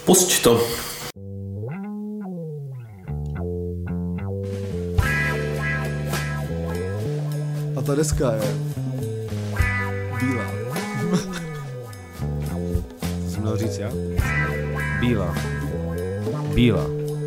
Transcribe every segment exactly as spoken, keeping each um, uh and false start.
Pusť to. A ta deska je bílá. Jsem měl říct já? Bílá. Bílá.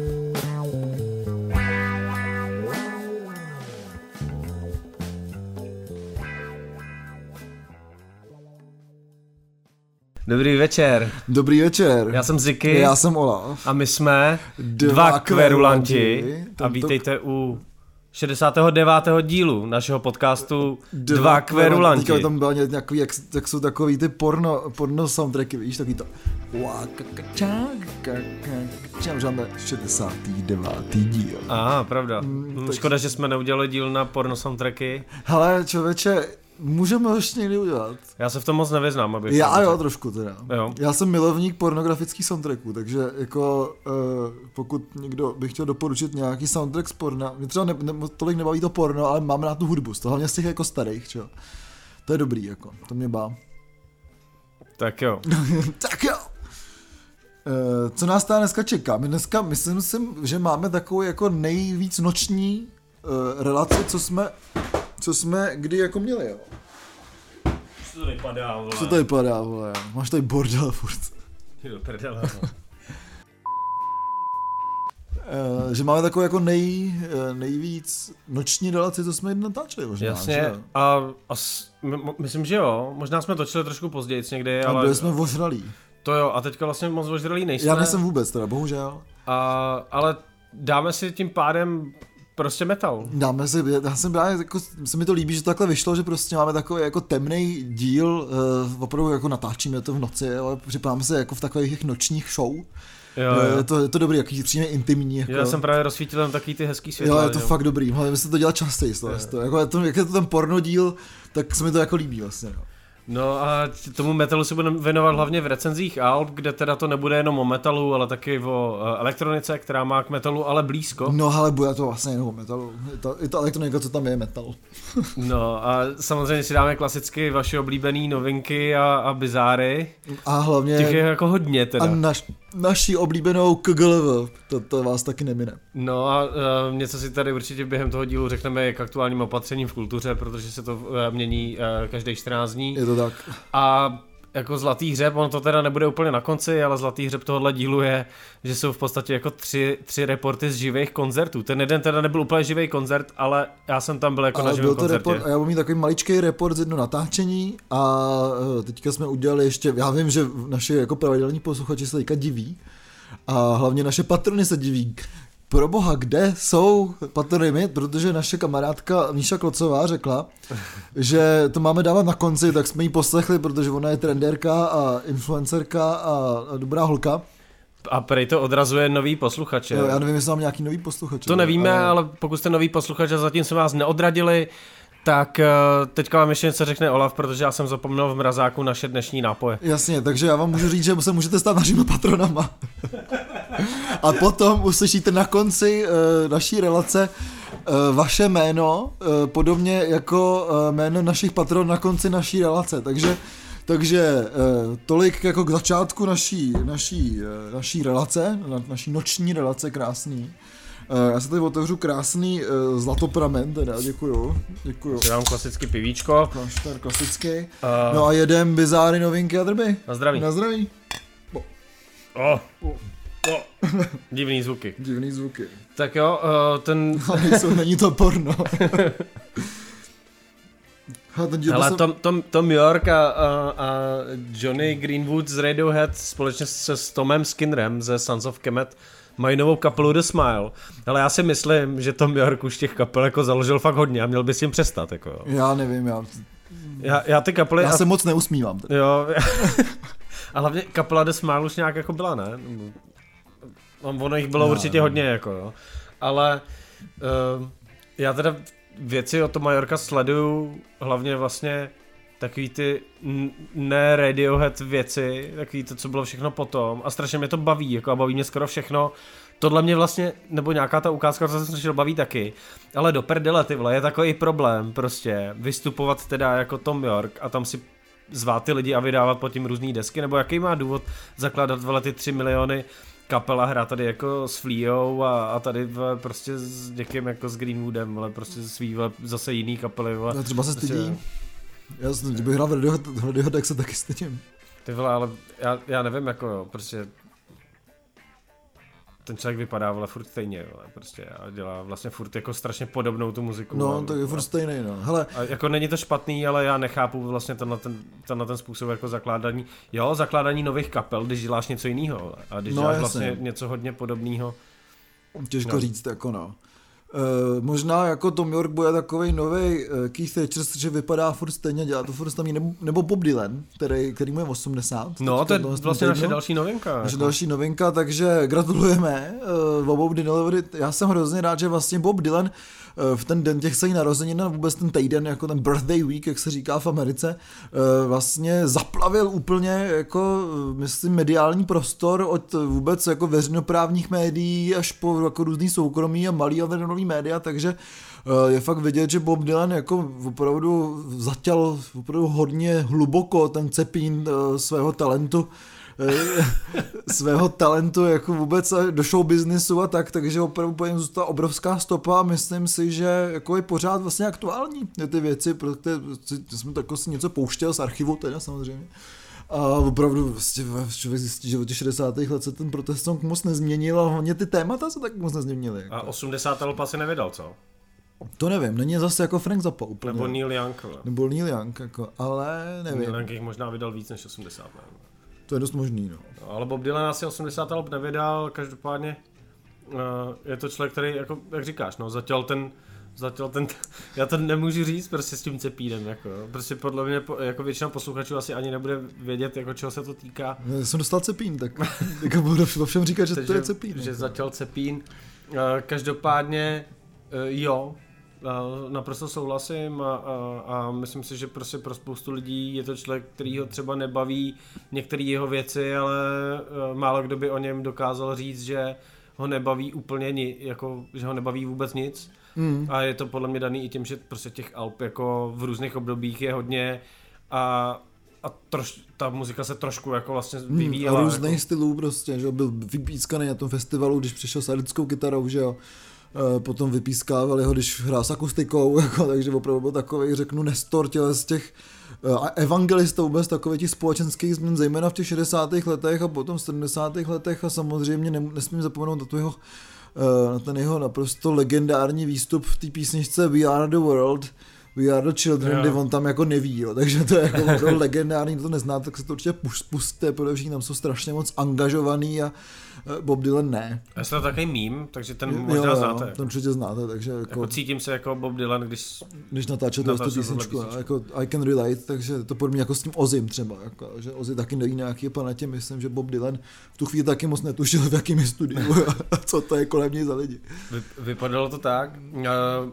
Dobrý večer. Dobrý večer. Já jsem Ziky. Já jsem Olaf. A my jsme Dva, dva kverulanti. Tento... A vítejte u šedesátého devátého dílu našeho podcastu Dva, Dva kverulanti. Teďka tam bylo nějaký, jak, jak jsou takový ty porno, porno soundtracky, víš, takový to. Už máme šedesátý devátý díl. Aha, pravda. Mm, tak... Škoda, že jsme neudělali díl na porno soundtracky. Hele, člověče, můžeme ho ještě někdy udělat. Já se v tom moc nevyznám, abych... Já jo, trošku teda. Jo. Já jsem milovník pornografických soundtracků, takže jako uh, pokud někdo by chtěl doporučit nějaký soundtrack z porna, mě třeba ne, ne, tolik nebaví to porno, ale máme na tu hudbu, to hlavně z těch jako starých, čo? To je dobrý, jako, to mě bá. Tak jo. Tak jo. Uh, co nás tady dneska čeká? My dneska, myslím si, že máme takovou jako nejvíc noční uh, relaci, co jsme, co jsme kdy jako měli, jo. Co to vypadá, vole? Co to vypadá, vole? Máš tady bordel furt. Jo, prdele. Uh, že máme takovou jako nej, uh, nejvíc noční relaci, co jsme natáčeli možná. Jasně, že? a, a s, my, myslím, že jo, možná jsme točili trošku později někdy, ale... A byli jsme ožralí. To jo, a teďka vlastně moc ožralí nejsme. Já nejsem vůbec teda, bohužel. A, ale dáme si tím pádem prostě metal. Dáme si, já jsem právě, jako, se mi to líbí, že to takhle vyšlo, že prostě máme takový jako temnej díl, uh, opravdu jako natáčíme to v noci, ale připadáme se jako v takových nočních show. Jo, jo. Je to, je to dobrý, jaký přímě intimní. Jako. Já jsem právě rozsvítil tam taky ty hezký světla. Jo, je to jo. Fakt dobrý, hlavně byste to dělat častěji. To, to, jako je to, jak je to ten pornodíl, tak se mi to jako líbí vlastně. No. No a tomu metalu se budeme věnovat hlavně v recenzích alb, kde teda to nebude jenom o metalu, ale taky o elektronice, která má k metalu ale blízko. No ale bude to vlastně jenom o metalu. I ta, i ta elektronika, co tam je, metal. No a samozřejmě si dáme klasicky vaše oblíbené novinky a, a bizáry. A hlavně... Těch je jako hodně teda. A naš, naši oblíbenou K G L V, to, to vás taky nemine. No a uh, něco si tady určitě během toho dílu řekneme k aktuálním opatřením v kultuře, protože se to uh, mění uh, každý čtrnáct dní. Je to tak. A jako zlatý hřeb, on to teda nebude úplně na konci, ale zlatý hřeb tohohle dílu je, že jsou v podstatě jako tři, tři reporty z živých koncertů. Ten jeden teda nebyl úplně živý koncert, ale já jsem tam byl jako ale na živém koncertě. Report, a já budu mít takový maličký report z jedno natáčení a teďka jsme udělali ještě, já vím, že naši jako pravidelní posluchači se teďka diví a hlavně naše patrony se diví. Proboha, kde jsou patrony, protože naše kamarádka Míša Klocová řekla, že to máme dávat na konci, tak jsme ji poslechli, protože ona je trendérka a influencerka a dobrá holka. A prej to odrazuje nový posluchače. Jo, já nevím, jestli mám nějaký nový posluchače. To nevíme, ale... ale pokud jste nový posluchač a zatím jsme vás neodradili, tak teďka vám ještě něco řekne Olaf, protože já jsem zapomněl v mrazáku naše dnešní nápoje. Jasně, takže já vám můžu říct, že se můžete stát našimi patronama. A potom uslyšíte na konci uh, naší relace uh, vaše jméno, uh, podobně jako uh, jméno našich patronů na konci naší relace. Takže, takže uh, tolik jako k začátku naší, naší, uh, naší relace, na, naší noční relace krásný. Uh, já se tady otevřu krásný uh, zlatopramen, teda, děkuju, děkuju. Dám klasicky pivíčko. Klášter klasický. Uh, no a jedem bizáry, novinky a drby. Na zdraví. Na zdraví. Oh. Oh. Oh. Divný zvuky. Divný zvuky. Tak jo, uh, ten... Nejsou, není to porno. Ale jsem... Tom, Tom, Tom York a, a, a Johnny Greenwood z Radiohead společně se s Tomem Skinnerem ze Sons of Kemet mají novou kapelu The Smile, ale já si myslím, že Tom York už těch kapel jako založil fakt hodně a měl by s tím přestat. Jako. Já nevím, já... Já, já ty kapely... Já a... se moc neusmívám. Tady. Jo, a hlavně kapela The Smile už nějak jako byla, ne? Ono jich bylo no, určitě no. hodně, jako jo. Ale uh, já teda věci o Toma Yorka sleduju, hlavně vlastně takový ty ne Radiohead věci, takový to, co bylo všechno potom a strašně mě to baví, jako a baví mě skoro všechno. Tohle mě vlastně, nebo nějaká ta ukázka, co se strašně baví taky, ale do prdele, ty vole, je takový problém prostě vystupovat teda jako Tom York a tam si zvát ty lidi a vydávat pod tím různý desky, nebo jaký má důvod zakládat vele ty tři miliony kapela hrát tady jako s Fleou a, a tady v, prostě s někým jako s Greenwoodem, ale prostě svý vele, zase jiný kapely. Vele, já třeba se prostě, stydí. Já jsem, kdybych hrál v Radiohead, Radiohead, tak se taky stydím. Ty vole, ale já, já nevím, jako jo, prostě ten člověk vypadá, vole, furt stejně, vole, prostě a dělá vlastně furt jako strašně podobnou tu muziku. No, a, tak je furt stejný, no. Hele. A jako není to špatný, ale já nechápu vlastně tenhle ten, tenhle ten způsob jako zakládání, jo, zakládání nových kapel, když děláš něco jiného, a když no, děláš jasně. vlastně něco hodně podobného. Těžko no. říct, jako no. Uh, možná jako Tom York bude takovej novej uh, Keith Richards, že vypadá furt stejně, dělá to furt stejně, nebo, nebo Bob Dylan, který, který mu je osmdesát. No, to je vlastně naše další novinka. Naše jako. další novinka, takže gratulujeme uh, Bobu Dylanovi. Já jsem hrozně rád, že vlastně Bob Dylan uh, v ten den těch svých narozenin a vůbec ten týden, jako ten birthday week, jak se říká v Americe, uh, vlastně zaplavil úplně jako, myslím, mediální prostor od vůbec jako veřejnoprávních médií až po jako různý soukromí a malý a veřejnový média, takže je fakt vidět, že Bob Dylan jako opravdu zatěl opravdu hodně hluboko ten cepín svého talentu, svého talentu jako vůbec do show businessu a tak, takže opravdu po něm zůstala obrovská stopa a myslím si, že jako je pořád vlastně aktuální ty věci, protože jsme tak si něco pouštěl z archivu teda samozřejmě. A opravdu vlastně člověk zjistí, že od těch šedesátých let se ten protest song moc nezměnil a hlavně ty témata se tak moc nezměnily. Jako. A osmdesátá alba si nevydal, co? To nevím, není zase jako Frank Zappa úplně. Nebo Neil Young. Nebo Neil Young, jako, ale nevím. Neil Young jich možná vydal víc než osmdesát. Ne? To je dost možný, no. no. Ale Bob Dylan asi osmdesát alb nevydal, každopádně uh, je to člověk, který, jako, jak říkáš, no, zatěl ten Zatěl ten, já to nemůžu říct prostě s tím cepínem, jako, prostě podle mě, jako většina posluchačů asi ani nebude vědět, jako čeho se to týká. Já jsem dostal cepín, tak jako budu všem říkat, že to je cepín. Že jako. zatěl cepín, každopádně jo, naprosto souhlasím a, a, a myslím si, že prostě pro spoustu lidí je to člověk, který ho třeba nebaví některé jeho věci, ale málo kdo by o něm dokázal říct, že ho nebaví úplně ni, jako, že ho nebaví vůbec nic. Mm. A je to podle mě daný i tím, že prostě těch alb jako v různých obdobích je hodně a, a troš, ta muzika se trošku jako vlastně vyvíjela. Mm, a různých jako. stylů prostě, že byl vypískaný na tom festivalu, když přišel s alickou kytarou, že jo. E, potom vypískávali ho, když hrál s akustikou, jako, takže opravdu byl takovej, řeknu, nestor těle z těch a evangelista vůbec takových těch společenských změn, zejména v těch šedesátých letech a potom v sedmdesátých letech a samozřejmě nesmím zapomenout na tu jeho na ten jeho naprosto legendární výstup v té písničce We Are the World, We Are the Children, yeah. Kdy on tam jako neví, jo. Takže to je jako legendární, kdo to nezná, tak se to určitě pusťte, protože tam jsou strašně moc angažovaný a Bob Dylan ne. Já jsem to takový mím, takže ten možná jo, znáte. Ten určitě znáte, takže jako, jako cítím se jako Bob Dylan, když když natáče tu písničku, jako I can relate, takže to podobně jako s tím Ozim třeba, jako, že Ozzy taky neví na jaký planetě, myslím, že Bob Dylan v tu chvíli taky moc netušil, v jakým je studiu a co to je kolem něj za lidi. Vy, vypadalo to tak, uh,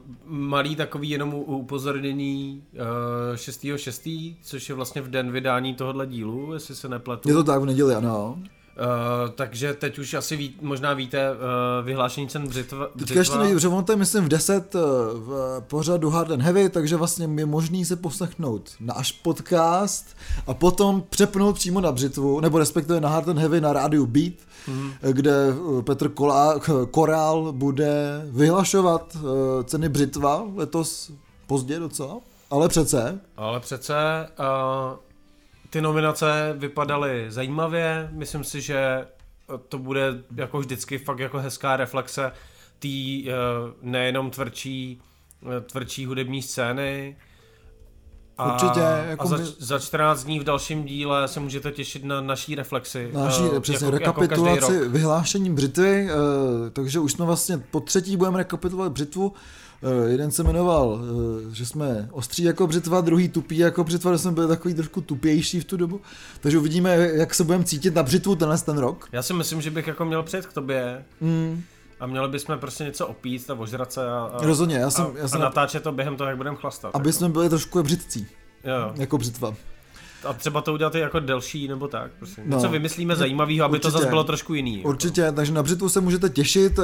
malý takový jenom upozornění uh, šestého šestého, což je vlastně v den vydání tohohle dílu, jestli se nepletu. Je to tak v neděli, ano. Uh, takže teď už asi ví, možná víte uh, vyhlášení cen Břitva. Teďka ještě nejde, že on to je myslím v deset uh, v pořadu Hard and Heavy, takže vlastně je možný se poslechnout náš podcast a potom přepnout přímo na Břitvu, nebo respektive na Hard and Heavy na rádiu Beat, mm-hmm. kde Petr Kolá, Korál bude vyhlašovat uh, ceny Břitva letos pozdě docela, ale přece. Ale přece... Uh... Ty nominace vypadaly zajímavě, myslím si, že to bude jako vždycky fakt jako hezká reflexe té nejenom tvrdší, tvrdší hudební scény. A, Určitě. Jako a za, za čtrnáct dní v dalším díle se můžete těšit na naší reflexi. Naší, uh, přesně, jako, rekapitulaci jako vyhlášením Břitvy, uh, takže už jsme vlastně po třetí budeme rekapitulovat Břitvu. Uh, jeden se jmenoval, uh, že jsme ostří jako břitva, druhý tupý jako břitva, že jsme byli takový trošku tupější v tu dobu. Takže uvidíme, jak se budeme cítit na břitvu tenhle ten rok. Já si myslím, že bych jako měl přijet k tobě mm. a měli bychom prostě něco opít a ožrat se a, a, Rozhodně, já jsem, a, já jsem a natáčet to během toho, jak budeme chlastat. Aby jako. jsme byli trošku břitcí, jo. jako břitva. A třeba to udělat i jako delší nebo tak. Prostě. No. Něco vymyslíme zajímavého, aby určitě. To zase bylo trošku jiný. Určitě, jako. Takže na Břitvu se můžete těšit,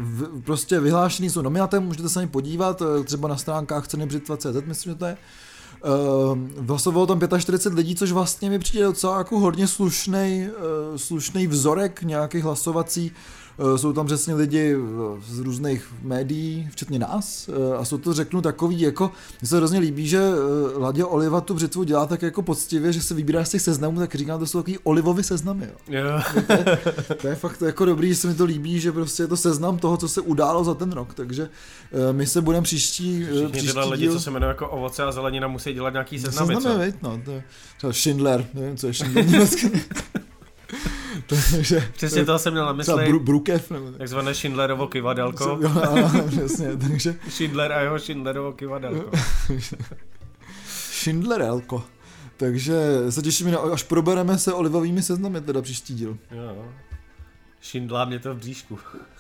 prostě vyhlášený jsou nominatem, můžete se na ně podívat, třeba na stránkách ceny břitva tečka cé zet, myslím, že to je. Uh, hlasovalo tam čtyřicet pět lidí, což vlastně mi přijde docela jako hodně slušnej, uh, slušnej vzorek nějakých hlasovací. Uh, jsou tam přesně lidi z různých médií, včetně nás, uh, a jsou to, řeknu, takový, jako, mně se hrozně líbí, že uh, Ladě Oliva tu břitvu dělá tak jako poctivě, že se vybírá z těch seznamů, tak říkám, to jsou takový olivový seznamy, jo. Yeah. to, je, to je fakt jako dobrý, že se mi to líbí, že prostě je to seznam toho, co se událo za ten rok, takže uh, my se budeme příští, uh, Všichni příští tyhle lidi, díl... co se jmenují jako ovoce a zelenina, musí dělat nějaký seznamy, seznamy, co? Veď, no, to je třeba Schindler, nevím, co je Schindler německy. Takže, přesně toho jsem měl na mysli. Bru, Brukev, nebo tak. Takzvané Schindlerovo kyvadelko. Jo, ano, přesně, takže... Schindler a jeho Schindlerovo kyvadelko. Schindlerelko. Takže se těšíme, až probereme se olivovými seznamy, teda příští díl. Jo. Šindlá mě to v bříšku.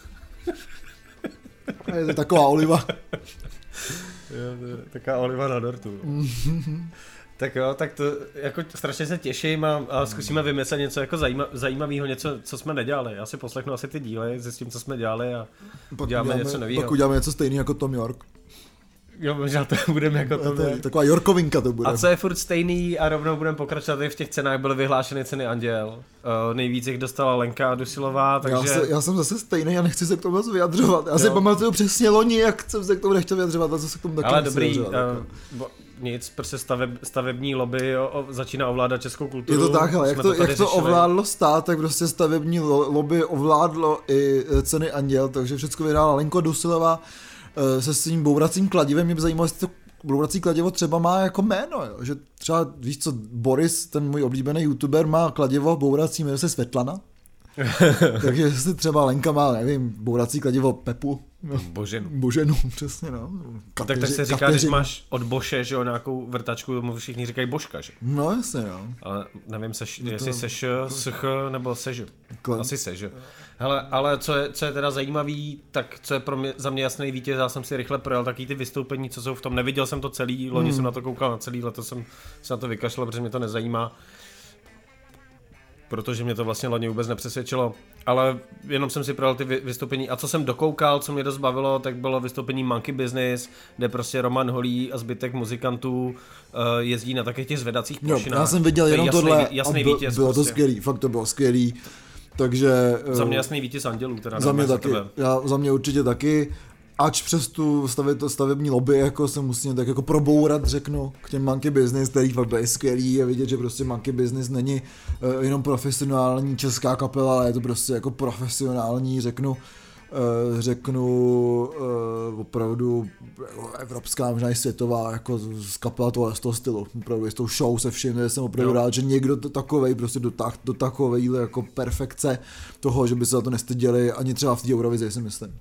Je to taková oliva. Jo, to je taková oliva na dortu. Tak jo, tak to jako strašně se těším a, a zkusíme vymyslet něco jako zajíma, zajímavého, něco, co jsme nedělali. Já si poslechnu asi ty díly, zjistím, co jsme dělali a pak děláme uděláme, něco nového. Pak uděláme něco stejného jako Tom York. Jo, možná to budeme jako to. To je taková Yorkovinka to bude. A co je furt stejný a rovnou budeme pokračovat, v těch cenách byly vyhlášeny ceny Anděl. Uh, nejvíc jich dostala Lenka Dusilová, takže... Já, se, já jsem zase stejný a nechci se k tomu moc vyjadřovat. Já jo. si pamatuju přesně loni, jak jsem se k tomu nechtěl vyjadřovat a co se k tomu taky ale dobrý, uh, jako. nic, prostě staveb, stavební lobby o, o, začíná ovládat českou kulturu. Je to tak, ale jak to, to jak to ovládlo stát, tak prostě stavební lobby ovládlo i ceny Anděl, takže všechno vyhrála Lenka Dusilová se svým bouracím kladivem. Mě by zajímalo, jestli to bourací kladivo třeba má jako jméno, jo? Že třeba, víš co, Boris, ten můj oblíbený youtuber, má kladivo bourací, jmenuje se Svetlana. Takže jestli třeba Lenka má, nevím, bourací kladivo Pepu. No, Boženu. Boženu, přesně, no. Kateři, tak tak se říká, kateři. Když máš od Boše, že jo, nějakou vrtačku, tomu všichni říkají Božka, že? No jasně, no. Ale nevím, seš, no to... jestli seš, sech, nebo sež. Kle... Asi sež. Hele, ale co je, co je teda zajímavý, tak co je pro mě, za mě jasný vítěz, já jsem si rychle projel taky ty vystoupení, co jsou v tom, neviděl jsem to celý, loni hmm. jsem na to koukal na celý, letos jsem se na to vykašlal, protože mě to nezajímá. Protože mě to vlastně loni vůbec nepřesvědčilo, ale jenom jsem si projel ty vystoupení a co jsem dokoukal, co mě dost bavilo, tak bylo vystoupení Monkey Business, kde prostě Roman Holý a zbytek muzikantů uh, jezdí na takových těch zvedacích plošinách. Jo, já jsem viděl jenom jasný, tohle jasný a byl, vítěz, bylo prostě. to skvělý, fakt to bylo skvělý, takže... Za mě jasný vítěz Andělů, teda. Za mě taky, já, za mě určitě taky. Ač přes tu stavě, stavební lobby jako se musím tak jako probourat, řeknu, k těm Monkey Business, který fakt je skvělý a vidět, že prostě Monkey Business není uh, jenom profesionální česká kapela, ale je to prostě jako profesionální, řeknu, uh, řeknu uh, opravdu evropská, možná i světová, jako z kapela toho, z toho stylu, opravdu s tou show se vším, jsem opravdu no. rád, že někdo to takovej prostě do, tak, do takovejhle jako perfekce toho, že by se za to nestyděli ani třeba v té Eurovizi, si myslím.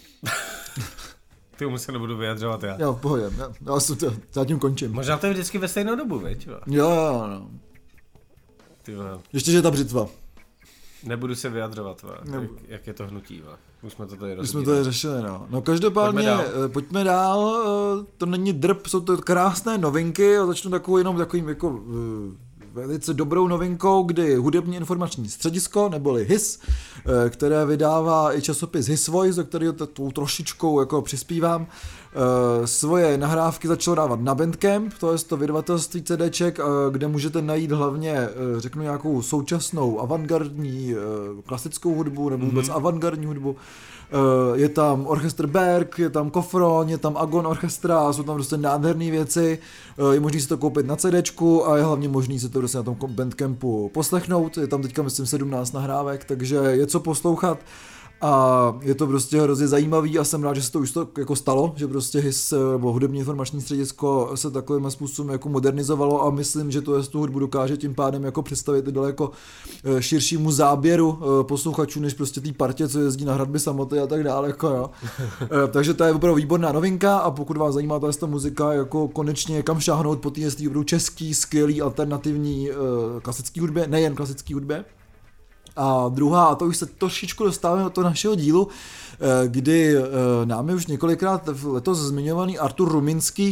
Ty se nebudu vyjadřovat já. Jo, v pohodě, já, já, to, já tím končím. Možná to je vždycky ve stejnou dobu, viď? Jo, jo, no. Ty vole. Ještě, že je ta břitva. Nebudu se vyjadřovat, jak, jak je to hnutí, va. Už jsme to tady rozbírali. Už jsme to tady řešili, no. No každopádně, pojďme dál. pojďme dál, to není drb, jsou to krásné novinky a začnu takovou jenom takovým jako velice dobrou novinkou, kdy hudební informační středisko, neboli H I S, které vydává i časopis His Voice, do kterého tou trošičkou jako přispívám, svoje nahrávky začalo dávat na Bandcamp, to je to vydavatelství CDček, kde můžete najít hlavně, řeknu, nějakou současnou avantgardní klasickou hudbu, nebo vůbec mm-hmm. avantgardní hudbu. Je tam Orchestr Berg, je tam Kofron, je tam Agon Orchestra, jsou tam prostě nádherné věci, je možný si to koupit na CDčku a je hlavně možný si to prostě na tom Bandcampu poslechnout, je tam teďka myslím sedmnáct nahrávek, takže je co poslouchat. A je to prostě hrozně zajímavý a jsem rád, že se to už to jako stalo, že prostě H I S nebo hudební informační středisko se takovým způsobem jako modernizovalo a myslím, že to je z tu hudbu dokáže tím pádem jako představit i daleko širšímu záběru posluchačů, než prostě té partě, co jezdí na hradby samoty a tak dále, jako jo. Takže to je opravdu výborná novinka a pokud vás zajímá ta muzika, jako konečně kam šáhnout po té opravdu český, skvělý, alternativní klasický hudbě, nejen klasický hudbě. A druhá, a to už se trošičku dostáváme do toho našeho dílu, kdy námi už několikrát letos zmiňovaný Artur Ruminský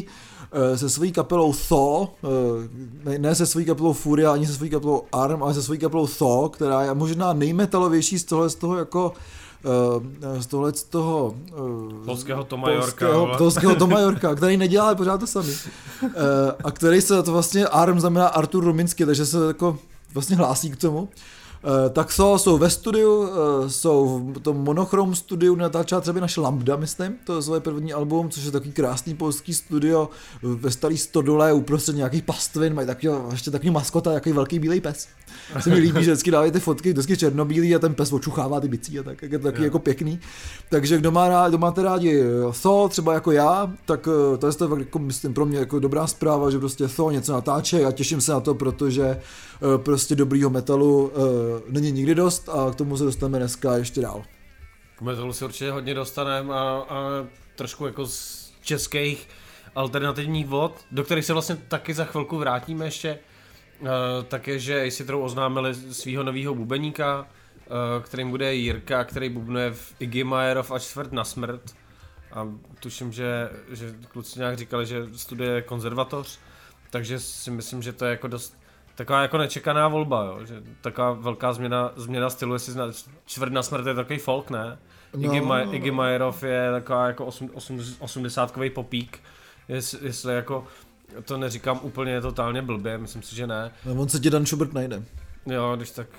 se svojí kapelou Thaw, ne, ne se svojí kapelou Furia, ani se svojí kapelou Arm, ale se svojí kapelou Thaw, která je možná nejmetalovější z tohle z toho jako z tohle z toho polského Toma Yorka, polského Toma Yorka, který nedělá pořád to samý. A který se to vlastně Arm znamená Artur Ruminsky, takže se jako vlastně hlásí k tomu. Uh, tak jsou, jsou ve studiu, uh, jsou v tom Monochrom studiu, natáčela třeba naše Lambda, myslím, to je svoje první album, což je takový krásný polský studio ve starý stodole uprostřed nějakých pastvin, mají takový, ještě takový maskota, takový velký bílej pes. Se mi líbí, že vždycky dávají ty fotky, vždycky černobílý a ten pes očuchává ty bicí a tak, je to taky jako pěkný. Takže kdo, má rád, kdo máte rádi Thaw, třeba jako já, tak to je to jako, myslím, pro mě jako dobrá zpráva, že prostě Thaw něco natáče a těším se na to, protože prostě dobrýho metalu není nikdy dost a k tomu se dostaneme dneska ještě dál. K metalu se určitě hodně dostaneme a, a trošku jako z českých alternativních vod, do kterých se vlastně taky za chvilku vrátíme ještě, uh, tak je, že Acid Row oznámili svýho novýho bubeníka, uh, kterým bude Jirka, který bubnuje v Iggy Mayerov a čtvrt na smrt. A tuším, že, že kluci nějak říkali, že studuje konzervatoř, takže si myslím, že to je jako dost taková jako nečekaná volba, jo? Že taková velká změna, změna stylu, jestli zna, čtvrt na smrt je takový folk, ne? No. Iggy, Maj, Iggy Mayerov je taková jako osm, osm, osmdesátkový popík, Jest, jestli jako, to neříkám úplně totálně blbě, myslím si, že ne. No, on se ti Dan Schubert najde. Jo, když tak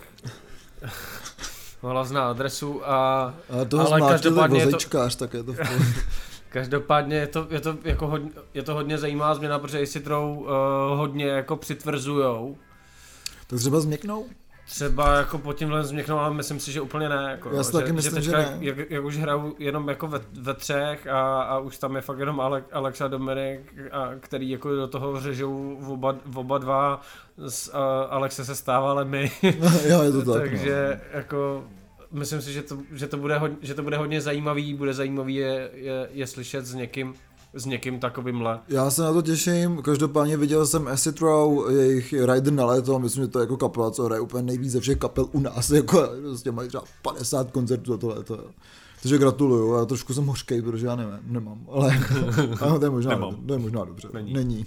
mohla zná adresu a... A toho ale znáš, každopádně je to... tak je to v Každopádně je to, je to, jako hodně, je to hodně zajímavá změna, protože Acid Row uh, hodně jako přitvrzujou. Tak třeba změknou? Třeba jako pod tímhle změknou, ale myslím si, že úplně ne. Jako, Já si taky že, myslím, že, že teďka, ne. Jak, jak už hrajou jenom jako ve, ve třech a, a už tam je fakt jenom Ale, Alex a Dominik, a, který jako do toho řežou oba, oba dva, s a Alexe se stáváme my. Jo, je to tak. Takže no. jako... Myslím si, že to, že to, bude, hodně, že to bude hodně zajímavý, bude zajímavý je, je, je slyšet s někým, s někým takovýmhle. Já se na to těším, každopádně viděl jsem Acid Row, jejich Rider na léto, myslím, že to je jako kapela, co hraje úplně nejvíc ze všech kapel u nás, jako prostě mají třeba padesát koncertů za to léto, jo. Takže gratuluju, já trošku jsem hořkej, protože já nevím, nemám, ale, ale to, je možná, to je možná dobře, není. není.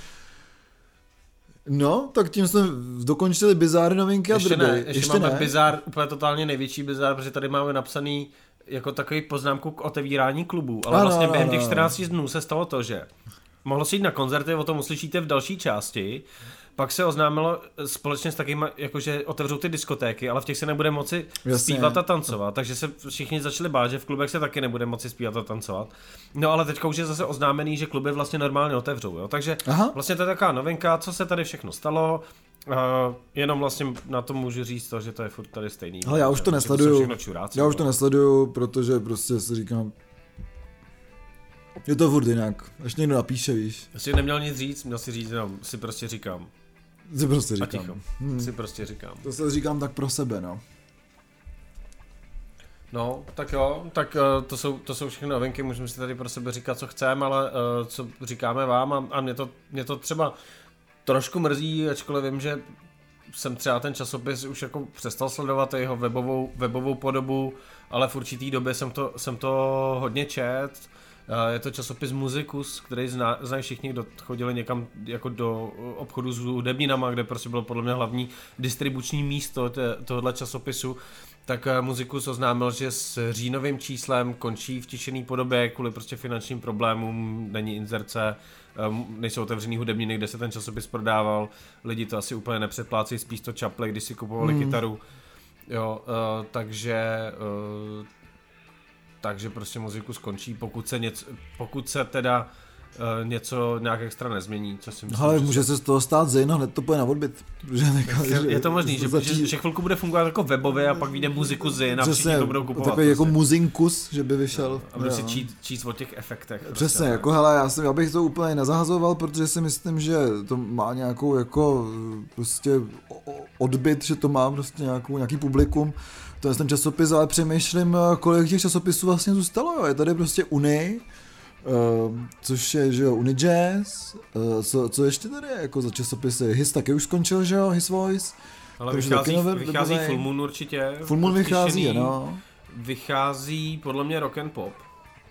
No, tak tím jsme dokončili bizár novinky a ještě drby. Ne, ještě, ještě máme ne. bizár, úplně totálně největší bizár, protože tady máme napsaný jako takový poznámku k otevírání klubů, ale ano, vlastně během těch čtrnácti dnů se stalo to, že mohlo se jít na koncerty, o tom uslyšíte v další části, pak se oznámilo společně s takým, jakože otevřou ty diskotéky, ale v těch se nebude moci Jasně. zpívat a tancovat, takže se všichni začali bát, že v klubech se taky nebude moci zpívat a tancovat. No ale teďka už je zase oznámený, že kluby vlastně normálně otevřou, jo? Takže Aha. vlastně to je taková novinka, co se tady všechno stalo, uh, jenom vlastně na to můžu říct to, že to je furt tady stejný. Ale já už to nesleduju, čuráci, já už to nesleduju, protože prostě si říkám, je to furt jinak, až někdo napíše, víš. Já si neměl nic říct, měl si říct jenom, si prostě říkám. Si prostě říkám. Hmm. Si prostě říkám. To se říkám tak pro sebe, no. No, tak jo, tak uh, to jsou, to jsou všechny novinky, můžeme si tady pro sebe říkat, co chceme, ale uh, co říkáme vám a, a mě, to, mě to třeba trošku mrzí, ačkoliv vím, že jsem třeba ten časopis už jako přestal sledovat jeho webovou, webovou podobu, ale v určitý době jsem to, jsem to hodně čet. Je to časopis Musicus, který zná, znají všichni, kdo chodili někam jako do obchodu s hudebninama, kde prostě bylo podle mě hlavní distribuční místo tohohle časopisu. Tak Musicus oznámil, že s říjnovým číslem končí v tišený podobě kvůli prostě finančním problémům, není inzerce, nejsou otevřený hudebniny, kde se ten časopis prodával, lidi to asi úplně nepředplácí, spíš to čapli, když si kupovali hmm. kytaru. Jo, uh, takže... Uh, takže prostě muziku skončí, pokud se, něco, pokud se teda uh, něco nějak extra nezmění, co si myslím. Ale může se z toho stát Zejno, hned to půjde na odbyt. Je, je to možný, že, začí... že, že chvilku bude fungovat jako webově a pak vyjde muziku Zejna a všichni to budou kupovat. Takový jako muzinkus, že by vyšel. A budu si číst, číst o těch efektech. Přesně, prostě, jako hele, já, jsem, já bych to úplně nezahazoval, protože si myslím, že to má nějakou jako prostě odbyt, že to má prostě nějakou, nějaký publikum. To je ten časopis, ale přemýšlím, kolik těch časopisů vlastně zůstalo, jo. Je tady prostě Uni, uh, což je, že jo, Uni Jazz, uh, co, co ještě tady je, jako za časopisy, His taky už skončil, že jo, His Voice. Ale vychází, nové, vychází Full Moon určitě. Full Moon vychází, no. Vychází podle mě Rock and Pop.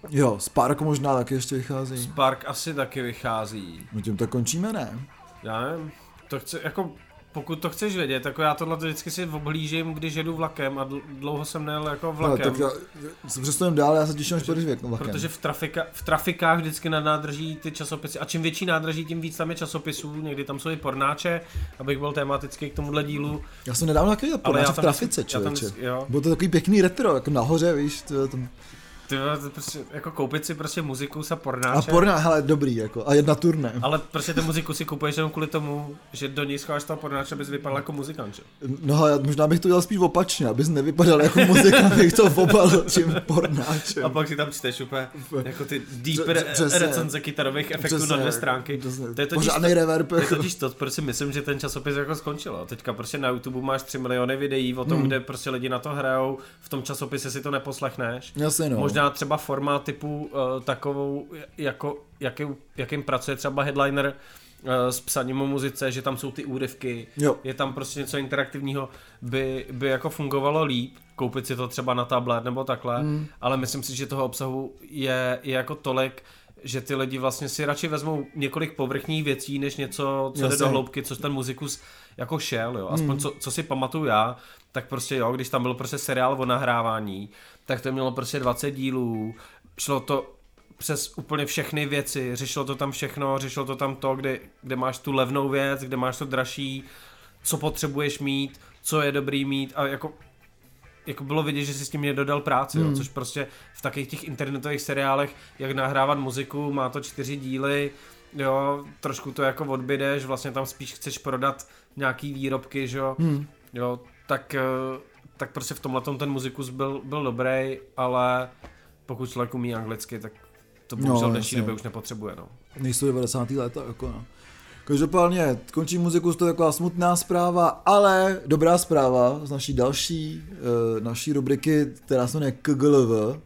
Jo, Spark možná taky ještě vychází. Spark asi taky vychází. No tím to končíme, ne? Já nevím, to chci, jako pokud to chceš vědět, jako já tohle vždycky si oblížím, když jedu vlakem a dlouho jsem nejel jako vlakem. No, tak já se přestavím dál, já se těším, až půjdeš vlakem. Protože v, trafika, v trafikách vždycky na nádraží ty časopisy, a čím větší nádraží, tím víc tam je časopisů, někdy tam jsou i pornáče, abych byl tematický k tomuhle dílu. Já jsem nedávno takový pornáče v trafice, člověče. Bylo to takový pěkný retro, jako nahoře, víš, to tam... Ty to prostě, jako koupit si prostě muziku za pornáče. A porná, hele, dobrý, jako, a jedna turné. Ale prostě tu muziku si kupuješ jenom kvůli tomu, že do ní schováš toho pornáče, abys vypadal jako muzikant, že? No ale možná bych to dělal spíš opačně, abys nevypadal jako muzikant, bych to obalil tím pornáčem. A pak si tam čteš úplně jako ty deep recenze kytarových efektů přesně, na dvě stránky. Přesně, to je totiž to, reverb, to, je totiž to, proč si myslím, že ten časopis jako skončil. Teďka prostě na YouTube máš tři miliony videí o tom, hmm. kde prostě lidi na to hrajou, v tom časopise si to neposlechneš. Jasně, no. Možná třeba forma typu uh, takovou, jako, jaký, jakým pracuje třeba headliner uh, s psaním o muzice, že tam jsou ty úryvky, jo. Je tam prostě něco interaktivního, by, by jako fungovalo líp, koupit si to třeba na tablet nebo takhle, mm. ale myslím si, že toho obsahu je, je jako tolik, že ty lidi vlastně si radši vezmou několik povrchních věcí, než něco, co jde do hloubky, co ten muzikus jako šel, jo. Aspoň mm. co, co si pamatuju já, tak prostě jo, když tam byl prostě seriál o nahrávání, tak to mělo prostě dvacet dílů, šlo to přes úplně všechny věci, řešilo to tam všechno, řešilo to tam to, kde, kde máš tu levnou věc, kde máš to dražší, co potřebuješ mít, co je dobrý mít a jako, jako bylo vidět, že si s tím nedodal práci, mm. jo, což prostě v takových těch internetových seriálech, jak nahrávat muziku, má to čtyři díly, jo, trošku to jako odbydeš, vlastně tam spíš chceš prodat nějaký výrobky, že jo, mm. jo, tak, tak prostě v tomhletom ten muzikus byl, byl dobrý, ale pokud člověk umí anglicky, tak to bohužel v dnešní době už nepotřebuje, no. Nejsou devadesátá léta, jako no. Každopádně končí muziku, to je taková smutná zpráva, ale dobrá zpráva z naší další, uh, naší rubriky, která se jmenuje K G L V, uh,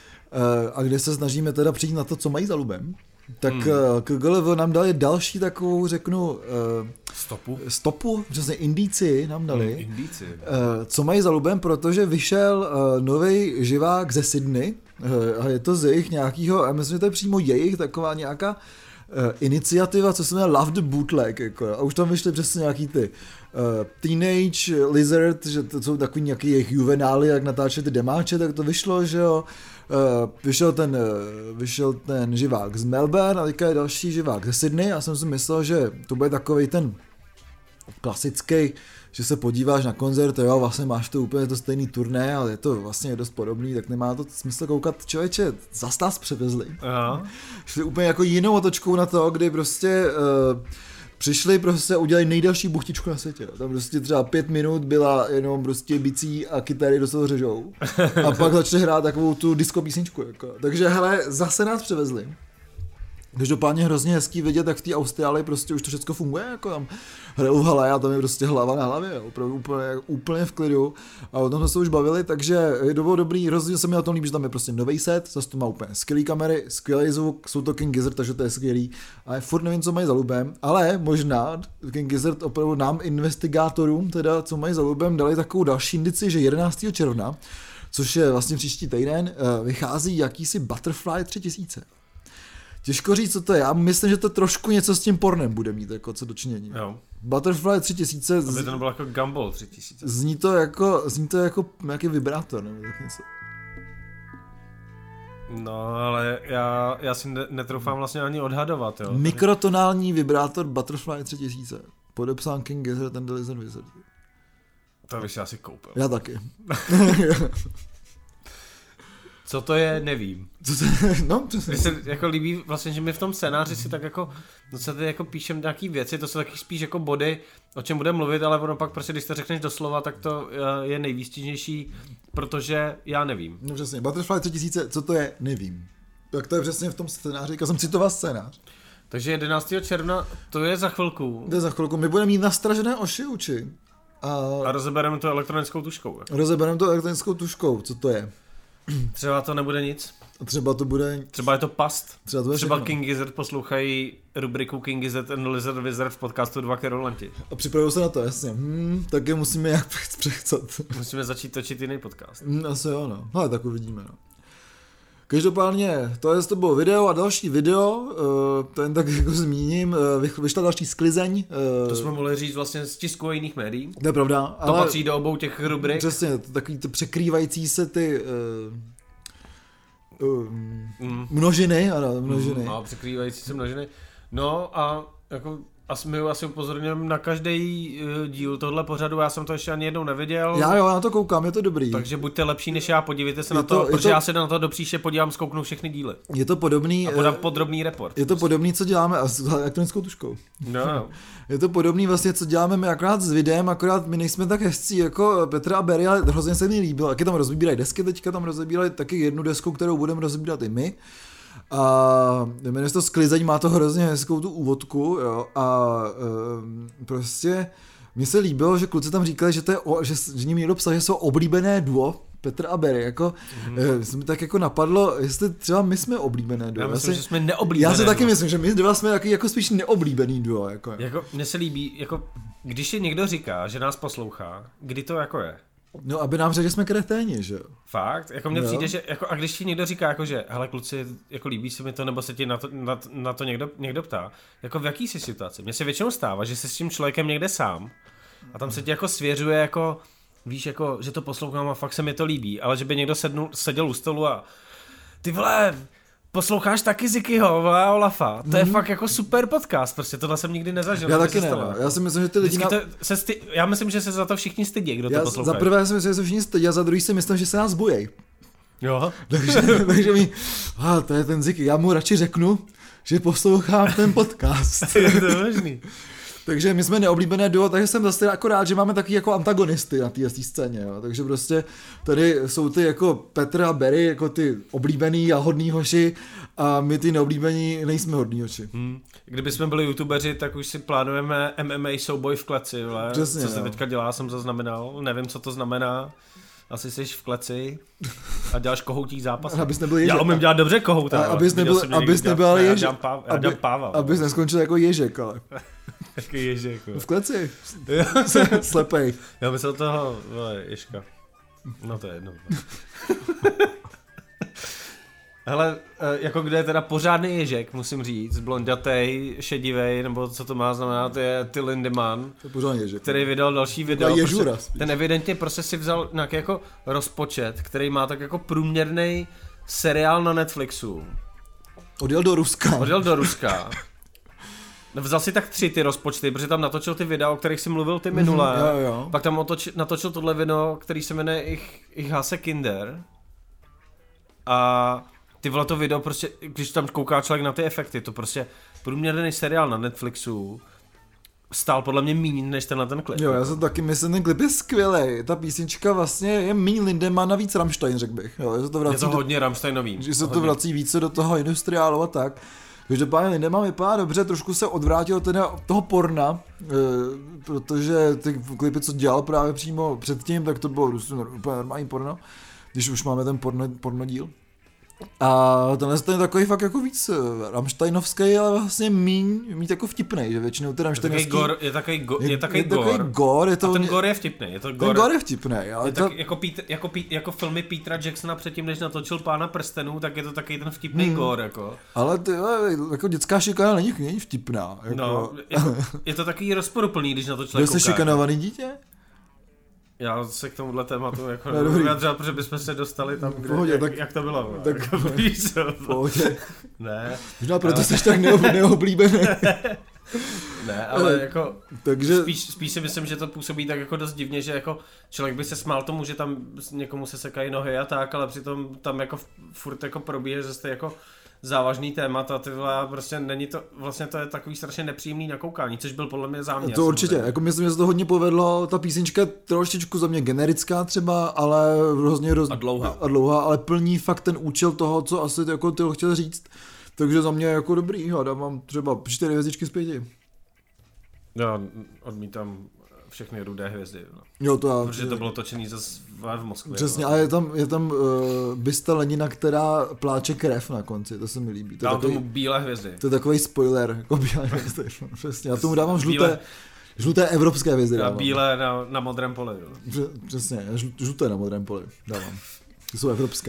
a kde se snažíme teda přijít na to, co mají za lubem. Tak hmm. uh, K G L V nám dali další takovou, řeknu, uh, stopu, stopu, přesně indíci nám dali, hmm, indíci. Uh, co mají za lubem, protože vyšel uh, nový živák ze Sydney, uh, a je to z jejich nějakýho, já myslím, že to je přímo jejich, taková nějaká Uh, iniciativa, co se jmenuje Love the Bootleg, jako, a už tam vyšly přesně nějaký ty uh, Teenage Lizard, že to jsou takový nějaký jejich juvenály, jak natáčeli ty demáče, tak to vyšlo, že jo, uh, vyšel ten, uh, vyšel ten živák z Melbourne a teďka je další živák ze Sydney, já jsem si myslel, že to bude takovej ten klasický, že se podíváš na koncert, jo, vlastně máš to úplně to stejný turné, ale je to vlastně dost podobný, tak nemá to smysl koukat, člověče, zas nás převezli. Aha. Šli úplně jako jinou otočkou na to, kdy prostě uh, přišli prostě udělali nejdelší buchtičku na světě. Tam prostě třeba pět minut byla jenom prostě bicí a kytary do toho řežou. A pak začali hrát takovou tu disco písničku. Jako. Takže hele, zase nás převezli. Každopádně hrozně hezký vidět, jak v té Austrálii prostě už to všechno funguje, jako tam hrajou v hale a tam je prostě hlava na hlavě, opravdu úplně, úplně v klidu a o tom jsme se už bavili, takže je to bylo dobrý, hrozně se mi na tom líbí, že tam je prostě nový set, zase to má úplně skvělý kamery, skvělý zvuk, jsou to King Gizzard, takže to je skvělý, ale furt nevím, co mají za lubem, ale možná King Gizzard opravdu nám investigátorům, teda co mají za lubem, dali takovou další indici, že jedenáctého června, což je vlastně příští týden, vychází jakýsi Butterfly tři tisíce. Těžko říct, co to je. Já myslím, že to trošku něco s tím pornem bude mít, jako co dočinění. Jo. Butterfly tři tisíce. Aby to bylo jako Gumball tři tisíce. Zní to jako, zní to jako nějaký vibrátor, nebo tak něco. No, ale já, já si netroufám vlastně ani odhadovat, jo. Mikrotonální vibrátor Butterfly tři tisíce. Podepsán King Gizzard and the Lizard Wizard. To bych si asi koupil. Já taky. Co to je, nevím. Co to je? No, přesně. Mně se jako líbí vlastně, že my v tom scénáři si tak jako, no se tady jako píšem nějaký věci, to jsou taky spíš jako body, o čem budeme mluvit, ale ono pak prostě, když to řekneš doslova, tak to je nejvýstižnější, protože já nevím. No přesně, Butterfly tři tisíce, co to je, nevím. Tak to je přesně v tom scénáři, jako jsem citoval scénář. Takže jedenáctého června, to je za chvilku. To je za chvilku, my budeme mít nastražené oši uči. A, a rozebereme to elektronickou tuškou. Rozebereme to elektronickou tuškou, co to je? Třeba to nebude nic. Třeba to bude... Třeba je to past. Třeba, to Třeba King Gizzard poslouchají rubriku King Gizzard and Lizard Wizard v podcastu Dva Kerolanti. A připravují se na to, jasně. Hmm, tak je musíme jak přechcat. Musíme začít točit jiný podcast. Hmm, asi jo, no. No, tak uvidíme, no. Každopádně, to je to bylo video a další video, uh, to jen tak jako zmíním, uh, vyšla další sklizeň. Uh, to jsme mohli říct vlastně z tisku a jiných médií. To je pravda. To ale patří do obou těch rubrik. Přesně, to takový to překrývající se ty uh, uh, mm. množiny, ano, množiny. Mm, no, překrývající se množiny. No a jako asi my asi upozorňujeme na každý uh, díl tohle pořadu, já jsem to ještě ani jednou neviděl. Já jo, já na to koukám, je to dobrý. Takže buďte lepší než já, podívejte se je na to, to protože to, já se na to do příště podívám, zkouknu všechny díly. Je to podobný. A podám podrobný report. Je to podobný, co děláme a s elektronickou tuškou. No, no. Je to podobný vlastně, co děláme my akorát s videem, akorát my nejsme tak hezcí jako Petra a Barry, ale hrozně se mi líbilo. Taky tam rozbírají desky, teďka tam rozbírají taky jednu desku, kterou budeme rozbírat i my. A jmenuje se to Sklizeň, má to hrozně hezkou tu úvodku, jo, a e, prostě mně se líbilo, že kluci tam říkali, že to je, o, že, že ním někdo psal, že jsou oblíbené duo, Petr a Barry, jako, mm-hmm. e, se mi tak jako napadlo, jestli třeba my jsme oblíbené duo. Já myslím, já si, že jsme neoblíbené Já si duo. taky myslím, že my dva jsme taky jako spíš neoblíbený duo, jako. Jako, mně se líbí, jako, když je někdo říká, že nás poslouchá, kdy to jako je? No, aby nám řekl, že jsme kreténi, že jo. Fakt? Jako mně no. přijde, že jako, a když ti někdo říká, jako, že hele kluci, jako líbí se mi to, nebo se ti na to, na, na to někdo, někdo ptá, jako v jaký jsi situaci? Mně se většinou stává, že jsi s tím člověkem někde sám a tam se ti jako svěřuje, jako, víš, jako, že to poslouchám a fakt se mi to líbí, ale že by někdo sednul, seděl u stolu a ty vole, posloucháš taky Zikyho, vole, Olafa. To je mm. fakt jako super podcast, prostě tohle jsem nikdy nezažil. Já taky ne, no. Já si myslím, že ty lidi... Na... To se sty... Já myslím, že se za to všichni stydí, kdo já to poslouchá. Za prvé si myslím, že se všichni stydí a za druhý si myslím, že se nás bojí. Jo. takže, takže mi, ah, to je ten Ziky, já mu radši řeknu, že poslouchám ten podcast. Je to možný. Takže my jsme neoblíbené duo, takže jsem zase jako rád, že máme taky jako antagonisty na té scéně, jo. Takže prostě tady jsou ty jako Petr a Barry, jako ty oblíbený a hodný hoši a my ty neoblíbení nejsme hodný hoši. Hmm. Kdyby jsme byli youtubeři, tak už si plánujeme M M A souboj v kleci, vle. Přesně, co se jo. teďka dělá, jsem zaznamenal, nevím, co to znamená. Asi jsi v kleci a děláš kohoutík zápas. Abys nebyl ježek. Já umím dělat dobře kohouta. Abys nebyl, abys nebyl ježek. Já dělám, páv, já dělám páva. Abys neskončil jako ježek, ale. Jaký ježek. V kleci. Slepej. Já myslel toho, vole, ježka. No to je jedno. Hele, jako kde je teda pořádný ježek, musím říct, blondětej, šedivej, nebo co to má znamenat, je Ty Lindemann, to je pořádný ježek, který vydal další video. Ježura, prostě, ten evidentně prostě si vzal nějaký jako rozpočet, který má tak jako průměrný seriál na Netflixu. Odjel do Ruska. Odjel do Ruska. Vzal si tak tři ty rozpočty, protože tam natočil ty videa, o kterých jsi mluvil ty minulé. Mm, jo, jo. Pak tam otoč, natočil tohle video, který se jmenuje Ich, Ich hasse Kinder. A ty vole to video prostě, když tam kouká člověk na ty efekty, to prostě průměrný seriál na Netflixu stál podle mě míň než tenhle ten klip. Jo, já jsem taky myslím, ten klip je skvělej. Ta písnička vlastně je míň Lindemann a víc Rammstein, řekl bych. Jo, že to vrací je to do, hodně Rammsteinový. Že se hodně. to vrací více do toho industriálu a tak. Každopádně Lindemann vypadá dobře, trošku se odvrátil teda od toho porna, e, protože ty klipy, co dělal právě přímo předtím, tak to bylo úplně normální porno, když už máme ten porno, pornodíl. A tenhle je takový fakt jako víc Rammsteinovský, ale vlastně míň, míň jako vtipnej, že většinou ty Rammsteinovský... Je takový go, je takový je, gore. Je takový gore, je to... A ten gore je vtipnej, je to gore. Ten gore je vtipnej, ale je to... tak, jako, Peter, jako, jako filmy Petera Jacksona předtím, než natočil Pána prstenů, tak je to takový ten vtipnej hmm. gore, jako. Ale ty, jako dětská šikana není, není vtipná. Jako... No, jako, je to takový rozporuplný, když na to člověk kouká. Byl jsi šikanovaný dítě? Já se k tomuhle tématu jako nebudu vyjadřovat, protože bychom se dostali tam, kde, pohodě, jak, tak, jak to bylo. Tak, jako, víš, pohodě. Ne. Možná proto jsi tak neoblíbený. Ne, ale jako takže... spíš, spíš si myslím, že to působí tak jako dost divně, že jako člověk by se smál tomu, že tam někomu se sekají nohy a tak, ale přitom tam jako furt jako probíje, že jste jako závažný témat a ty vole, prostě není to, vlastně to je takový strašně nepříjemný nakoukání, což byl podle mě záměr. To určitě, jako myslím, že se to hodně povedlo, ta písnička trošičku za mě generická třeba, ale hrozně roz... a dlouhá. A dlouhá, ale plní fakt ten účel toho, co asi jako ty chtěl říct. Takže za mě jako dobrý, já dávám třeba čtyři hvězdičky z pěti. Já odmítám všechny rudé hvězdy. No. Jo, to já, protože to bylo točený zase v Moskvě. Přesně, no. a je tam, je tam uh, byste Lenina, která pláče krev na konci, to se mi líbí. To dám takový, tomu bílé hvězdy. To je takový spoiler, jako bílé hvězdy, no, přesně. Já tomu dávám žluté, bílé, žluté evropské hvězdy. A bílé na, na modrém poli. Jo. Přesně, žluté na modrém poli dávám. To jsou evropské.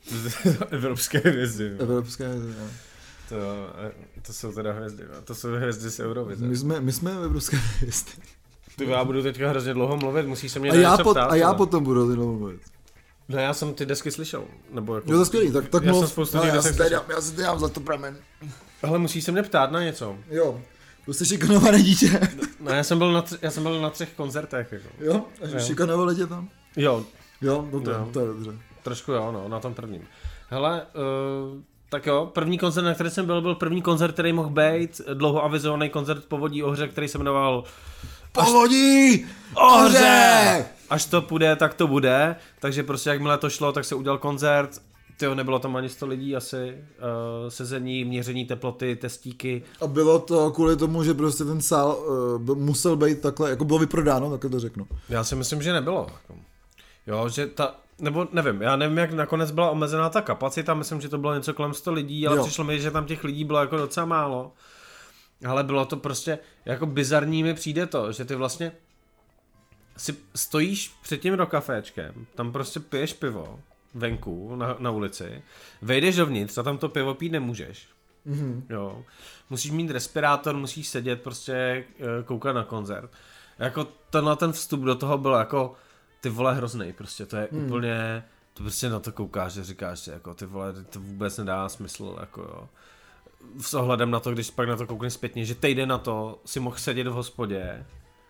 Evropské hvězdy. Evropské hvězdy, jo. To, to jsou teda hvězdy, to jsou hvězdy z Eurovize. My jsme, my jsme Evropské hvězdy. Ty, já budu teďka hrozně dlouho mluvit, musíš se mě a na já něco pot, ptát. A já potom budu ty dlouho mluvit. No já jsem ty desky slyšel. Nebo jako, jo, to skvělý, tak, tak já mluv. jsem spoustu no, těch já, desek si dám, já si dám za to pramen. Ale musíš se mě ptát na něco. Jo, to jsi šikanované dítě. No já jsem byl na, tři, já jsem byl na třech koncertech. Jako. Jo, a šikanovali tě tam? Jo. Jo, no to, jo. to je dobře. Trošku jo, no, na tom prvním. Hele, uh, tak jo, první koncert, na který jsem byl, byl první koncert, který mohl být, dlouho avizovaný koncert Povodí Ohře, který se jmenoval Povodí Ohře! Až to půjde, tak to bude, takže prostě jakmile to šlo, tak se udělal koncert, tyjo, nebylo tam ani sto lidí asi, uh, sezení, měření teploty, testíky. A bylo to kvůli tomu, že prostě ten sál uh, musel být takhle, jako bylo vyprodáno, takhle to řeknu. Já si myslím, že nebylo. Jo, že ta, nebo nevím, já nevím, jak nakonec byla omezená ta kapacita, myslím, že to bylo něco kolem sto lidí, ale jo. Přišlo mi, že tam těch lidí bylo jako docela málo. Ale bylo to prostě, jako bizarní mi přijde to, že ty vlastně si stojíš před tím rokaféčkem, tam prostě piješ pivo venku na, na ulici, vejdeš dovnitř a tam to pivo pít nemůžeš. Mm-hmm. Jo. Musíš mít respirátor, musíš sedět, prostě koukat na koncert. Jako tenhle ten vstup do toho byl jako ty vole hroznej, prostě to je mm. úplně, to prostě na to koukáš a říkáš si, jako ty vole, to vůbec nedá smysl, jako jo. S ohledem na to, když pak na to koukneš zpětně, že týden na to si mohl sedět v hospodě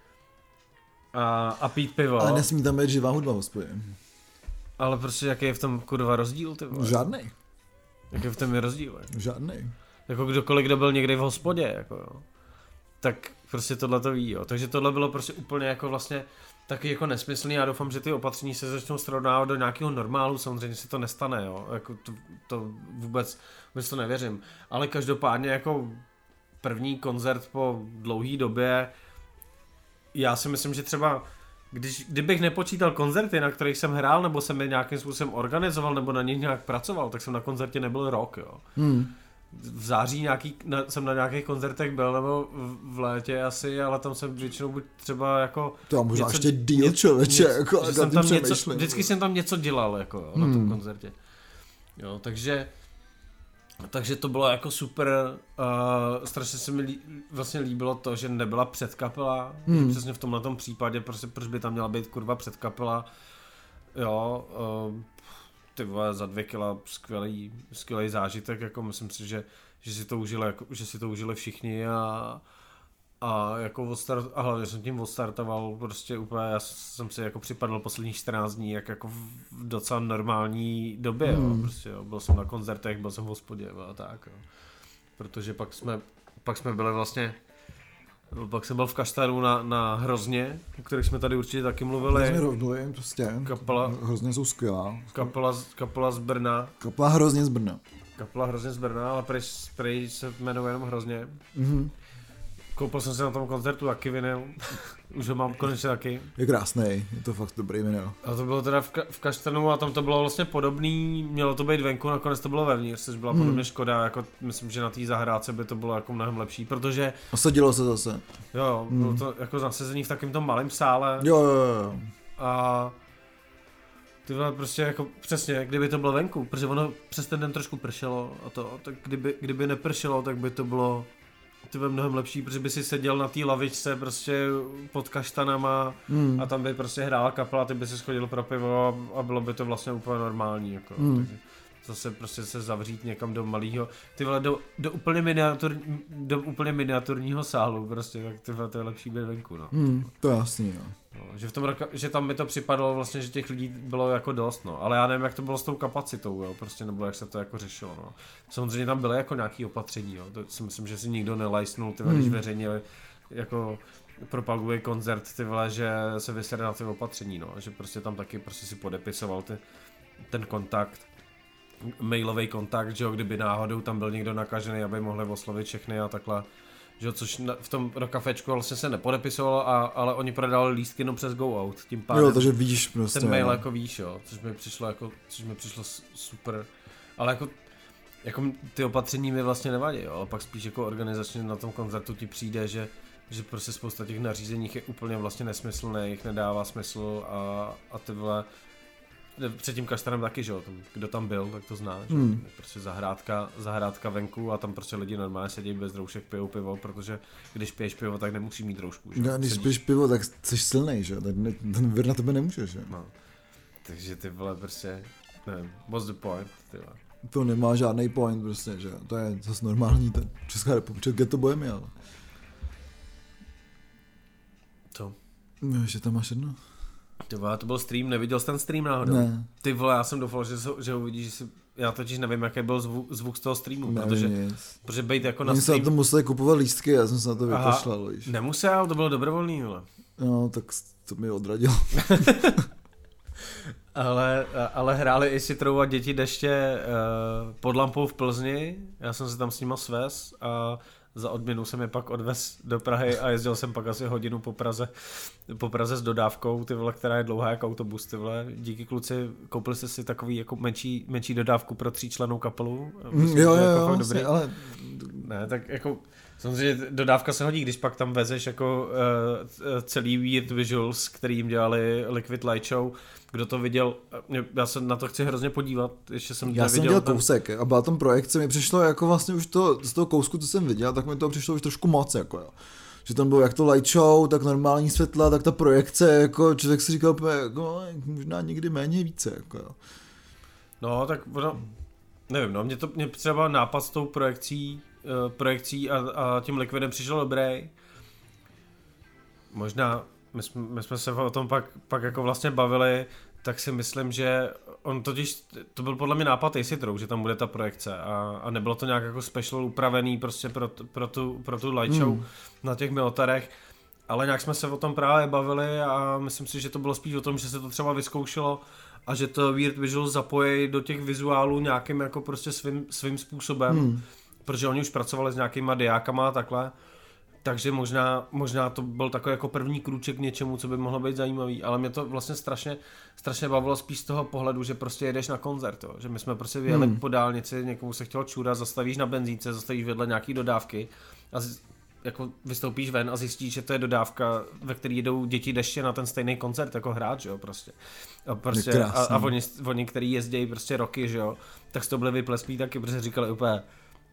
a, a pít pivo. Ale nesmí tam být živá hudba v hospodě. Ale prostě jaký je v tom kurva rozdíl, ty vole? Žádnej. Jaký v tom je rozdíl? Je? Žádnej. Jako kdokoliv, kdo byl někdy v hospodě, jako jo. Tak prostě tohle to ví, jo. Takže tohle bylo prostě úplně jako vlastně taky jako nesmyslný. Já doufám, že ty opatření se začnou srovnávat do nějakého normálu, samozřejmě se to nestane, jo. Jako to, to vůbec, vůbec to nevěřím. Ale každopádně jako první koncert po dlouhé době, já si myslím, že třeba když, kdybych nepočítal koncerty, na kterých jsem hrál, nebo jsem je nějakým způsobem organizoval, nebo na nich nějak pracoval, tak jsem na koncertě nebyl rok, jo. Hmm. V září nějaký, na, jsem na nějakých koncertech byl, nebo v, v létě asi, ale tam jsem většinou buď třeba jako... To a možná něco, ještě díl, člověče, něco, jako jsem tam něco, vždycky jsem tam něco dělal, jako jo, hmm. na tom koncertě. Jo, takže... Takže to bylo jako super, uh, strašně se mi lí, vlastně líbilo to, že nebyla předkapela, hmm. přesně v tomhletom případě, prostě proč by tam měla být kurva předkapela, jo, uh, ty vole, za dvě kila skvělý, skvělý zážitek, jako myslím si, že, že si to užili, jako, že si to užili všichni a, a jako odstart, a hlavně jsem tím odstartoval prostě úplně, já jsem si jako připadl posledních čtrnáct dní, jak jako v docela normální době, hmm. jo, prostě jo, byl jsem na koncertech, byl jsem v hospodě a tak, jo. Protože pak jsme, pak jsme byli vlastně, pak jsem byl v Kaštanu na, na Hrozně, o kterých jsme tady určitě taky mluvili. Hrozně rovnuli, prostě, kapela, Hrozně jsou skvělá. Kapela, kapela z Brna. Kapela Hrozně z Brna. Kapela Hrozně z Brna, ale prej, prej se jmenuje jenom Hrozně. Mhm. Koupil jsem si na tom koncertu taky vinyl, už ho mám konečně taky. Je krásnej, je to fakt dobrý vinyl. A to bylo teda v, ka- v Kaštanu a tam to bylo vlastně podobný, mělo to být venku, nakonec to bylo vevnitř, což byla hmm. podobně škoda, jako myslím, že na té zahrádce by to bylo jako mnohem lepší, protože... Osadilo se zase. Jo, hmm. bylo to jako nasazení v takovém tom malém sále. Jo, jo, jo. A... Ty vole, prostě jako přesně, kdyby to bylo venku, protože ono přes ten den trošku pršelo a to, tak kdyby, kdyby nepršelo, tak by to bylo... Ty bude mnohem lepší, protože by si seděl na té lavičce prostě pod kaštanama mm. a tam by prostě hrála kapela, ty by si schodil pro pivo a, a bylo by to vlastně úplně normální, jako. Mm. Takže zase prostě se zavřít někam do malého, ty vole, do, do, úplně miniatur, do úplně miniaturního sálu prostě, tak ty vole, to je lepší být venku, no. Mm, to je jasný, no. No, že, v tom, že tam mi to připadalo vlastně, že těch lidí bylo jako dost, no, ale já nevím, jak to bylo s tou kapacitou, jo, prostě, nebo jak se to jako řešilo, no. Samozřejmě tam byly jako nějaký opatření, jo, to si myslím, že si nikdo nelajsnul, ty vole, hmm. když veřejně jako propaguje koncert, ty vole, že se vysere na ty opatření, no, že prostě tam taky prostě si podepisoval ty, ten kontakt, mailový kontakt, že jo, kdyby náhodou tam byl někdo nakažený, aby mohli oslovit všechny a takhle. Že, což na, v tom rokafečku vlastně se nepodepisovalo, a, ale oni prodali lístky jenom přes Go Out, tím pádem jo, takže víš prostě, ten mail jako víš, jo, což mi přišlo jako, což mi přišlo super, ale jako, jako ty opatření mi vlastně nevadí, jo, ale pak spíš jako organizačně na tom koncertu ti přijde, že, že prostě spousta těch nařízeních je úplně vlastně nesmyslných, nedává smysl a, a ty vole, před tím Kaštanem taky, že jo, tam, kdo tam byl, tak to znáš, Hmm. prostě zahrádka, zahrádka venku a tam prostě lidi normálně sedí bez roušek, pijou pivo, protože když piješ pivo, tak nemusí mít roušku, že? No, když Sedíš- piješ pivo, tak jsi silnej, že? Tak ne, ten vir na tebe nemůže, že? No. Takže ty vole prostě, nevím, what's the point, ty vole. To nemá žádný point prostě, že? To je zase normální, ten Česká republika, ghetto bohemia, ale. Co? No, že tam máš jedno? Ty vole, to byl stream, neviděl jsi ten stream náhodou? Ne. Ty vole, já jsem doufal, že, se- že ho uvidíš, že si, já totiž nevím, jaký byl zvuk, zvuk z toho streamu, Ne, protože, nic. protože bejt jako na Oni se na stream, to museli kupovat lístky, já jsem se na to Aha. vykašlal, víš. nemusel, to bylo dobrovolný, vole. No, tak to mi odradilo. Ale, ale hráli i Citrou a Děti deště uh, pod lampou v Plzni, já jsem se tam s nima svez a za odměnu jsem je pak odvez do Prahy a jezdil jsem pak asi hodinu po Praze, po Praze s dodávkou, ty vole, která je dlouhá jako autobus, ty vole. Díky kluci, koupili jste si takový jako menší, menší dodávku pro tříčlennou kapelu. Mm, jo, jo, jako jo, fakt vlastně, dobrý. ale Ne, tak jako samozřejmě dodávka se hodí, když pak tam vezeš jako uh, celý Weird Visuals, který jim dělali Liquid Light Show. Kdo to viděl, já se na to chci hrozně podívat, ještě jsem já jsem neviděl dělal ten... kousek a byla tam projekce, mi přišlo jako vlastně už to, z toho kousku, co jsem viděl, tak mi to přišlo už trošku moc, jako jo. Že tam bylo jak to light show, tak normální světla, tak ta projekce, jako člověk si říkal, jako, možná někdy méně více, jako jo. No, tak ono, nevím, no, mě to, mě třeba nápad s tou projekcí, uh, projekcí a, a tím Liquidem přišel dobrý. Možná, my jsme, my jsme se o tom pak, pak jako vlastně bavili, tak si myslím, že on totiž, to byl podle mě nápad Citrou, že tam bude ta projekce a, a nebylo to nějak jako special upravený prostě pro, t- pro, tu, pro tu light show Hmm. na těch Milotarech, ale nějak jsme se o tom právě bavili a myslím si, že to bylo spíš o tom, že se to třeba vyzkoušelo a že to Weird Visual zapojí do těch vizuálů nějakým jako prostě svým, svým způsobem, Hmm. protože oni už pracovali s nějakýma diákama a takhle. Takže možná, možná to byl takový jako první krůček k něčemu, co by mohlo být zajímavý, ale mě to vlastně strašně, strašně bavilo spíš z toho pohledu, že prostě jedeš na koncert, jo. Že my jsme prostě vyjeli Hmm. po dálnici, někomu se chtělo čůrat, zastavíš na benzínce, zastavíš vedle nějaký dodávky a z, jako vystoupíš ven a zjistíš, že to je dodávka, ve které jdou Děti deště na ten stejný koncert jako hrát, že jo, prostě. A, prostě, a, a oni, oni, který jezdí prostě roky, že jo, tak z toho byli vyplesklí taky, protože říkali úplně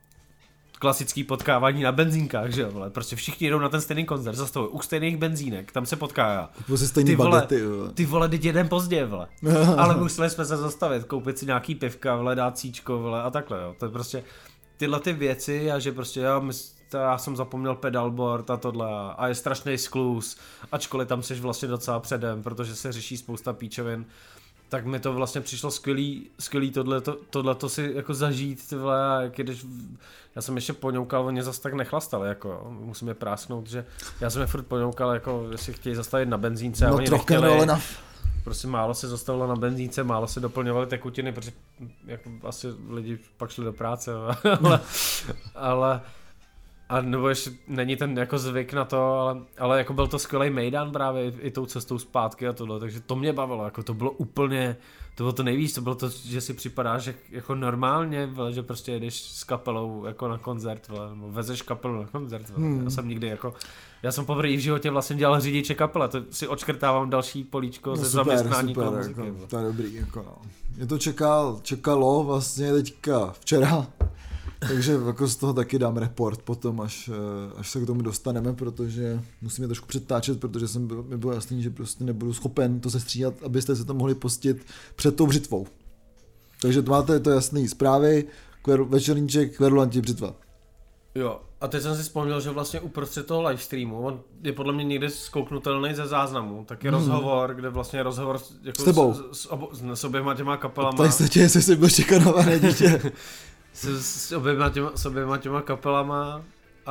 klasický potkávání na benzínkách, že jo, vole. Prostě všichni jedou na ten stejný koncert, zastavují u stejných benzínek, tam se potká. Kupuji si stejný Ty vole, bagety, jo. Ty vole, teď jeden pozdě, vole. Ale museli jsme se zastavit, koupit si nějaký pivka, vole, dát cíčko, vole, a takhle, jo. To je prostě tyhle ty věci a že prostě já, mys, já jsem zapomněl pedalboard a tohle a je strašný skluz, ačkoliv tam seš vlastně docela předem, protože se řeší spousta píčovin. Tak mi to vlastně přišlo skvělý, skvělý tohleto, tohleto si jako zažít, ty vole, a jak jdeš, já jsem ještě poňoukal, oni zase tak nechlastali, jako jo, musím je prásknout, že já jsem je furt poňoukal, jako jestli chtějí zastavit na benzínce a No oni trochu nechtěli, na... prostě málo se zastavilo na benzínce, málo se doplňovaly tekutiny, protože jako asi lidi pak šli do práce, ale, ale a nebo ještě není ten jako zvyk na to, ale, ale jako byl to skvělý mejdan právě i, i tou cestou zpátky a tohle, takže to mě bavilo, jako to bylo úplně, to bylo to nejvíc, to bylo to, že si připadáš jak, jako normálně, vle, že prostě jedeš s kapelou jako na koncert, vle, nebo vezeš kapelu na koncert, vle. Hmm. Já jsem nikdy jako, já jsem poprvé v životě vlastně dělal řidiče kapele, to si odškrtávám další políčko No ze super, zaměstnání super, kolem muziky, jako, vle. to je dobrý, jako no. Mě to čekal, čekalo vlastně teďka včera, takže jako z toho taky dám report potom, až, až se k tomu dostaneme, protože musíme trošku přetáčet, protože jsem byl, mi bylo jasný, že prostě nebudu schopen to sestříhat, abyste se to mohli pustit před tou břitvou. Takže to máte to jasný zprávy, kver, večerníček, kverulanti, břitva. Jo, a teď jsem si vzpomněl, že vlastně uprostřed toho livestreamu, on je podle mě někde zkouknutelný ze záznamu, tak je hmm. rozhovor, kde vlastně je rozhovor jako s tebou. S, s, obo, s oběma těma kapelama. Ptají se tě, jestli jsi byl šikanované dítě. s, s, oběma těma, s oběma těma kapelama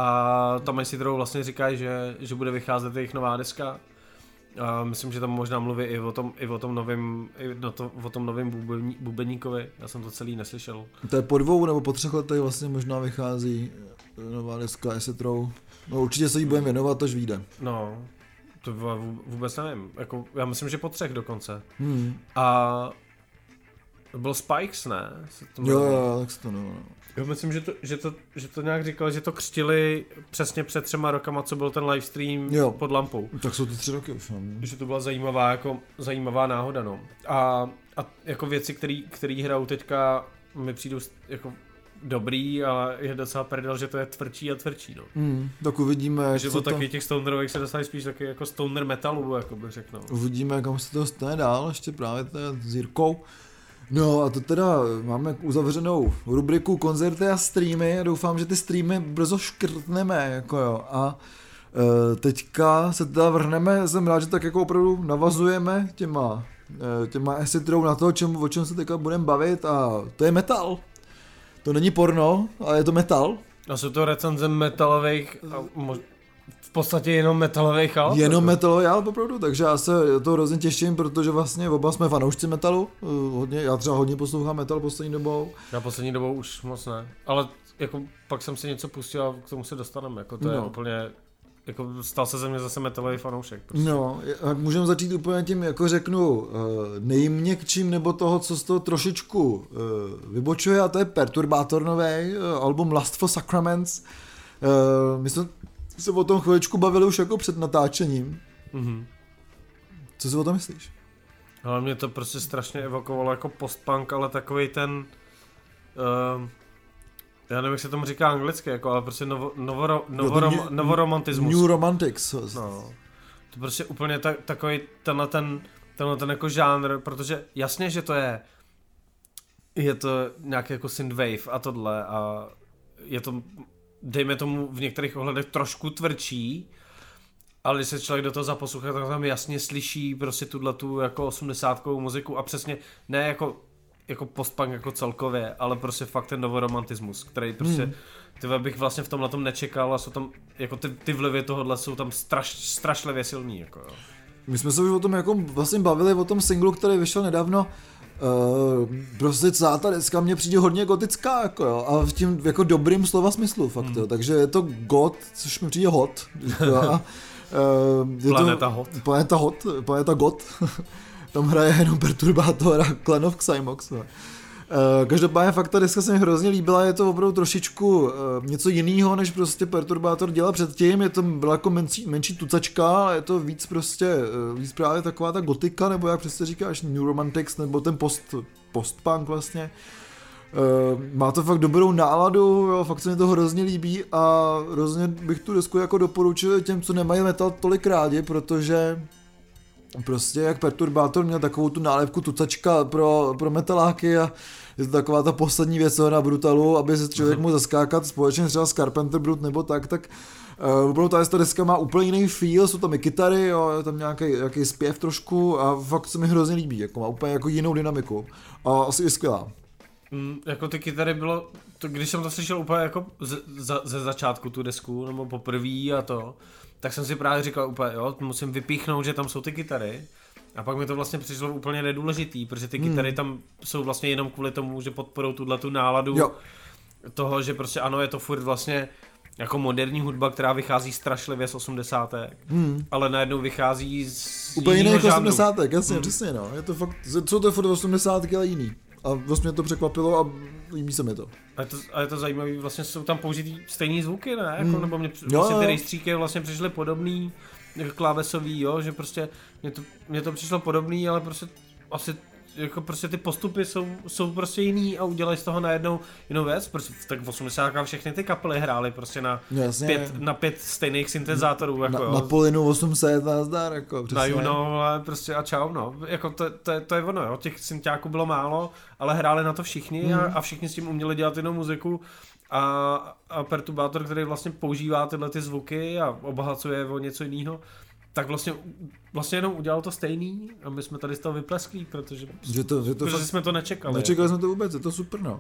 a tam si Citrou vlastně říkají, že, že bude vycházet jejich nová deska. A myslím, že tam možná mluví i o tom, i o tom novém, i no to, o tom novém bubení, bubeníkovi. Já jsem to celý neslyšel. To je po dvou nebo po třech letech vlastně možná vychází nová deska s Citrou. No určitě se jí budeme věnovat, až vyjde. No, to vůbec nevím. Jako, já myslím, že po třech dokonce. Hmm. A To byl Spikes, ne? Jo, jo, tak se to no. Jo, myslím, že to, že, to, že to nějak říkal, že to křtili přesně před třema rokama, co byl ten livestream jo. pod lampou. Tak jsou to tři roky už. No. Že to byla zajímavá, jako, zajímavá náhoda, no. A, a jako věci, které hrajou teďka, mi přijdou jako dobrý, ale je docela prdel, že to je tvrdší a tvrdší, no. Mm, tak uvidíme, že co od to... taky těch stonerových se dostali spíš taky jako stoner metalu, jako bych řekl. Uvidíme, kam se to stane dál, ještě právě s Jirkou. No a to teda máme uzavřenou rubriku koncerty a streamy a doufám, že ty streamy brzo škrtneme, jako jo. A e, teďka se teda vrhneme, jsem rád, že tak jako opravdu navazujeme těma, e, těma esitrou na to, čem, o čem se teďka budeme bavit a to je metal. To není porno, ale je to metal. A jsou to recenze metalových, mož... v podstatě jenom metalových alb? Jenom metalový alb opravdu, takže já se to hrozně těším, protože vlastně oba jsme fanoušci metalu, hodně, já třeba hodně poslouchám metal poslední dobou. Já poslední dobou už moc ne, ale jako pak jsem si něco pustil a k tomu se dostaneme, jako to no. je úplně, jako stal se ze mě zase metalový fanoušek. Prostě. No, tak můžeme začít úplně tím, jako řeknu, nejměkčím nebo toho, co z toho trošičku vybočuje a to je Perturbator novej, album Lust for Sacraments. My jsme se o tom chviličku bavili už jako před natáčením. Mm-hmm. Co si o tom myslíš? Ale mě to prostě strašně evokovalo jako postpunk, ale takovej ten, uh, já nevím, jak se tomu říká anglicky, jako, ale prostě novo, novoro, novorom, no, novoromantismus. New Romantics. No. To prostě úplně ta, takový tenhle ten, tenhle ten jako žánr, protože jasně, že to je, je to nějaký jako synthwave a tohle a je to, dejme tomu v některých ohledech trošku tvrdší, ale když se člověk do toho zaposlouchá, tak tam jasně slyší prostě tuhletu jako osmdesátkovou muziku a přesně ne jako, jako postpunk jako celkově, ale prostě fakt ten novoromantismus, který prostě, hmm. tyhle bych vlastně v tomhletom nečekal a jsou tam, jako ty, ty vlivy tohohle jsou tam straš, strašlivě silný, jako jo. My jsme se už o tom jako vlastně bavili o tom singlu, který vyšel nedávno. Uh, prostě celá ta deska mně přijde hodně gotická, jako jo, a v tím jako dobrým slova smyslu, fakt mm. jo, takže je to got, což mi přijde hot, jo, a, uh, je Planeta to, hot. Planeta hot, Planeta got, tam hraje jenom Perturbator a Clan of Xymox, no. Uh, každopádně fakt ta deska se mi hrozně líbila, je to opravdu trošičku uh, něco jiného, než prostě Perturbator dělal předtím, je to byla jako menší, menší tucačka, je to víc prostě, uh, víc právě taková ta gotika, nebo jak přesně říkáš, New Romantics, nebo ten post, postpunk vlastně. Uh, má to fakt dobrou náladu, jo, fakt se mi to hrozně líbí a hrozně bych tu desku jako doporučil těm, co nemají metal tolik rádi, protože prostě jak Perturbator měl takovou tu nálepku tucačka pro, pro metaláky a je to taková ta poslední věc na Brutalu, aby se člověk mohl zaskákat společně třeba s Carpenter Brut nebo tak, tak uh, opravdu ta deska má úplně jiný feel, jsou tam i kytary, jo, je tam nějaký, nějaký zpěv trošku a fakt se mi hrozně líbí, jako má úplně jako jinou dynamiku a asi i skvělá. Mm, jako ty kytary bylo, to, když jsem to slyšel úplně jako ze, za, ze začátku tu desku, nebo poprvé a to, tak jsem si právě říkal úplně, jo, musím vypíchnout, že tam jsou ty kytary. A pak mi to vlastně přišlo úplně nedůležitý, protože ty hmm. kytary tam jsou vlastně jenom kvůli tomu, že podporou tu náladu jo. toho, že prostě ano, je to furt vlastně jako moderní hudba, která vychází strašlivě z osmdesátek, hmm. ale najednou vychází z úplně jiných osmdesátek, jasně, hmm. přesně, no. Je to fakt, co to je furt osmdesátky, ale jiný. A vlastně mě to překvapilo a líbí se mi to. A je to, a je to zajímavé, vlastně jsou tam použitý stejný zvuky, ne? Jako, hmm. Nebo mě vlastně ty rejstříky vlastně přišly podobný, jako klávesový, jo, že prostě mě to, mě to přišlo podobný, ale prostě asi jako prostě ty postupy jsou, jsou prostě jiný a udělají z toho najednou jinou věc, prostě tak v osmdesátkách všechny ty kapely hrály prostě na pět, na pět stejných syntezátorů, jako na, jo. Na Polinu osm set nazdar, jako přesně. Na Juno, ale prostě a čau, no, jako to, to, to je ono, jo, těch synťáků bylo málo, ale hráli na to všichni hmm. a, a všichni s tím uměli dělat jinou muziku a, a Perturbator, který vlastně používá tyhle ty zvuky a obohacuje o něco jiného, tak vlastně, vlastně jenom udělal to stejný a my jsme tady z toho vyplesklí, protože, že to, že to protože fakt, jsme to nečekali. Nečekali jako. jsme to vůbec, je to super, no.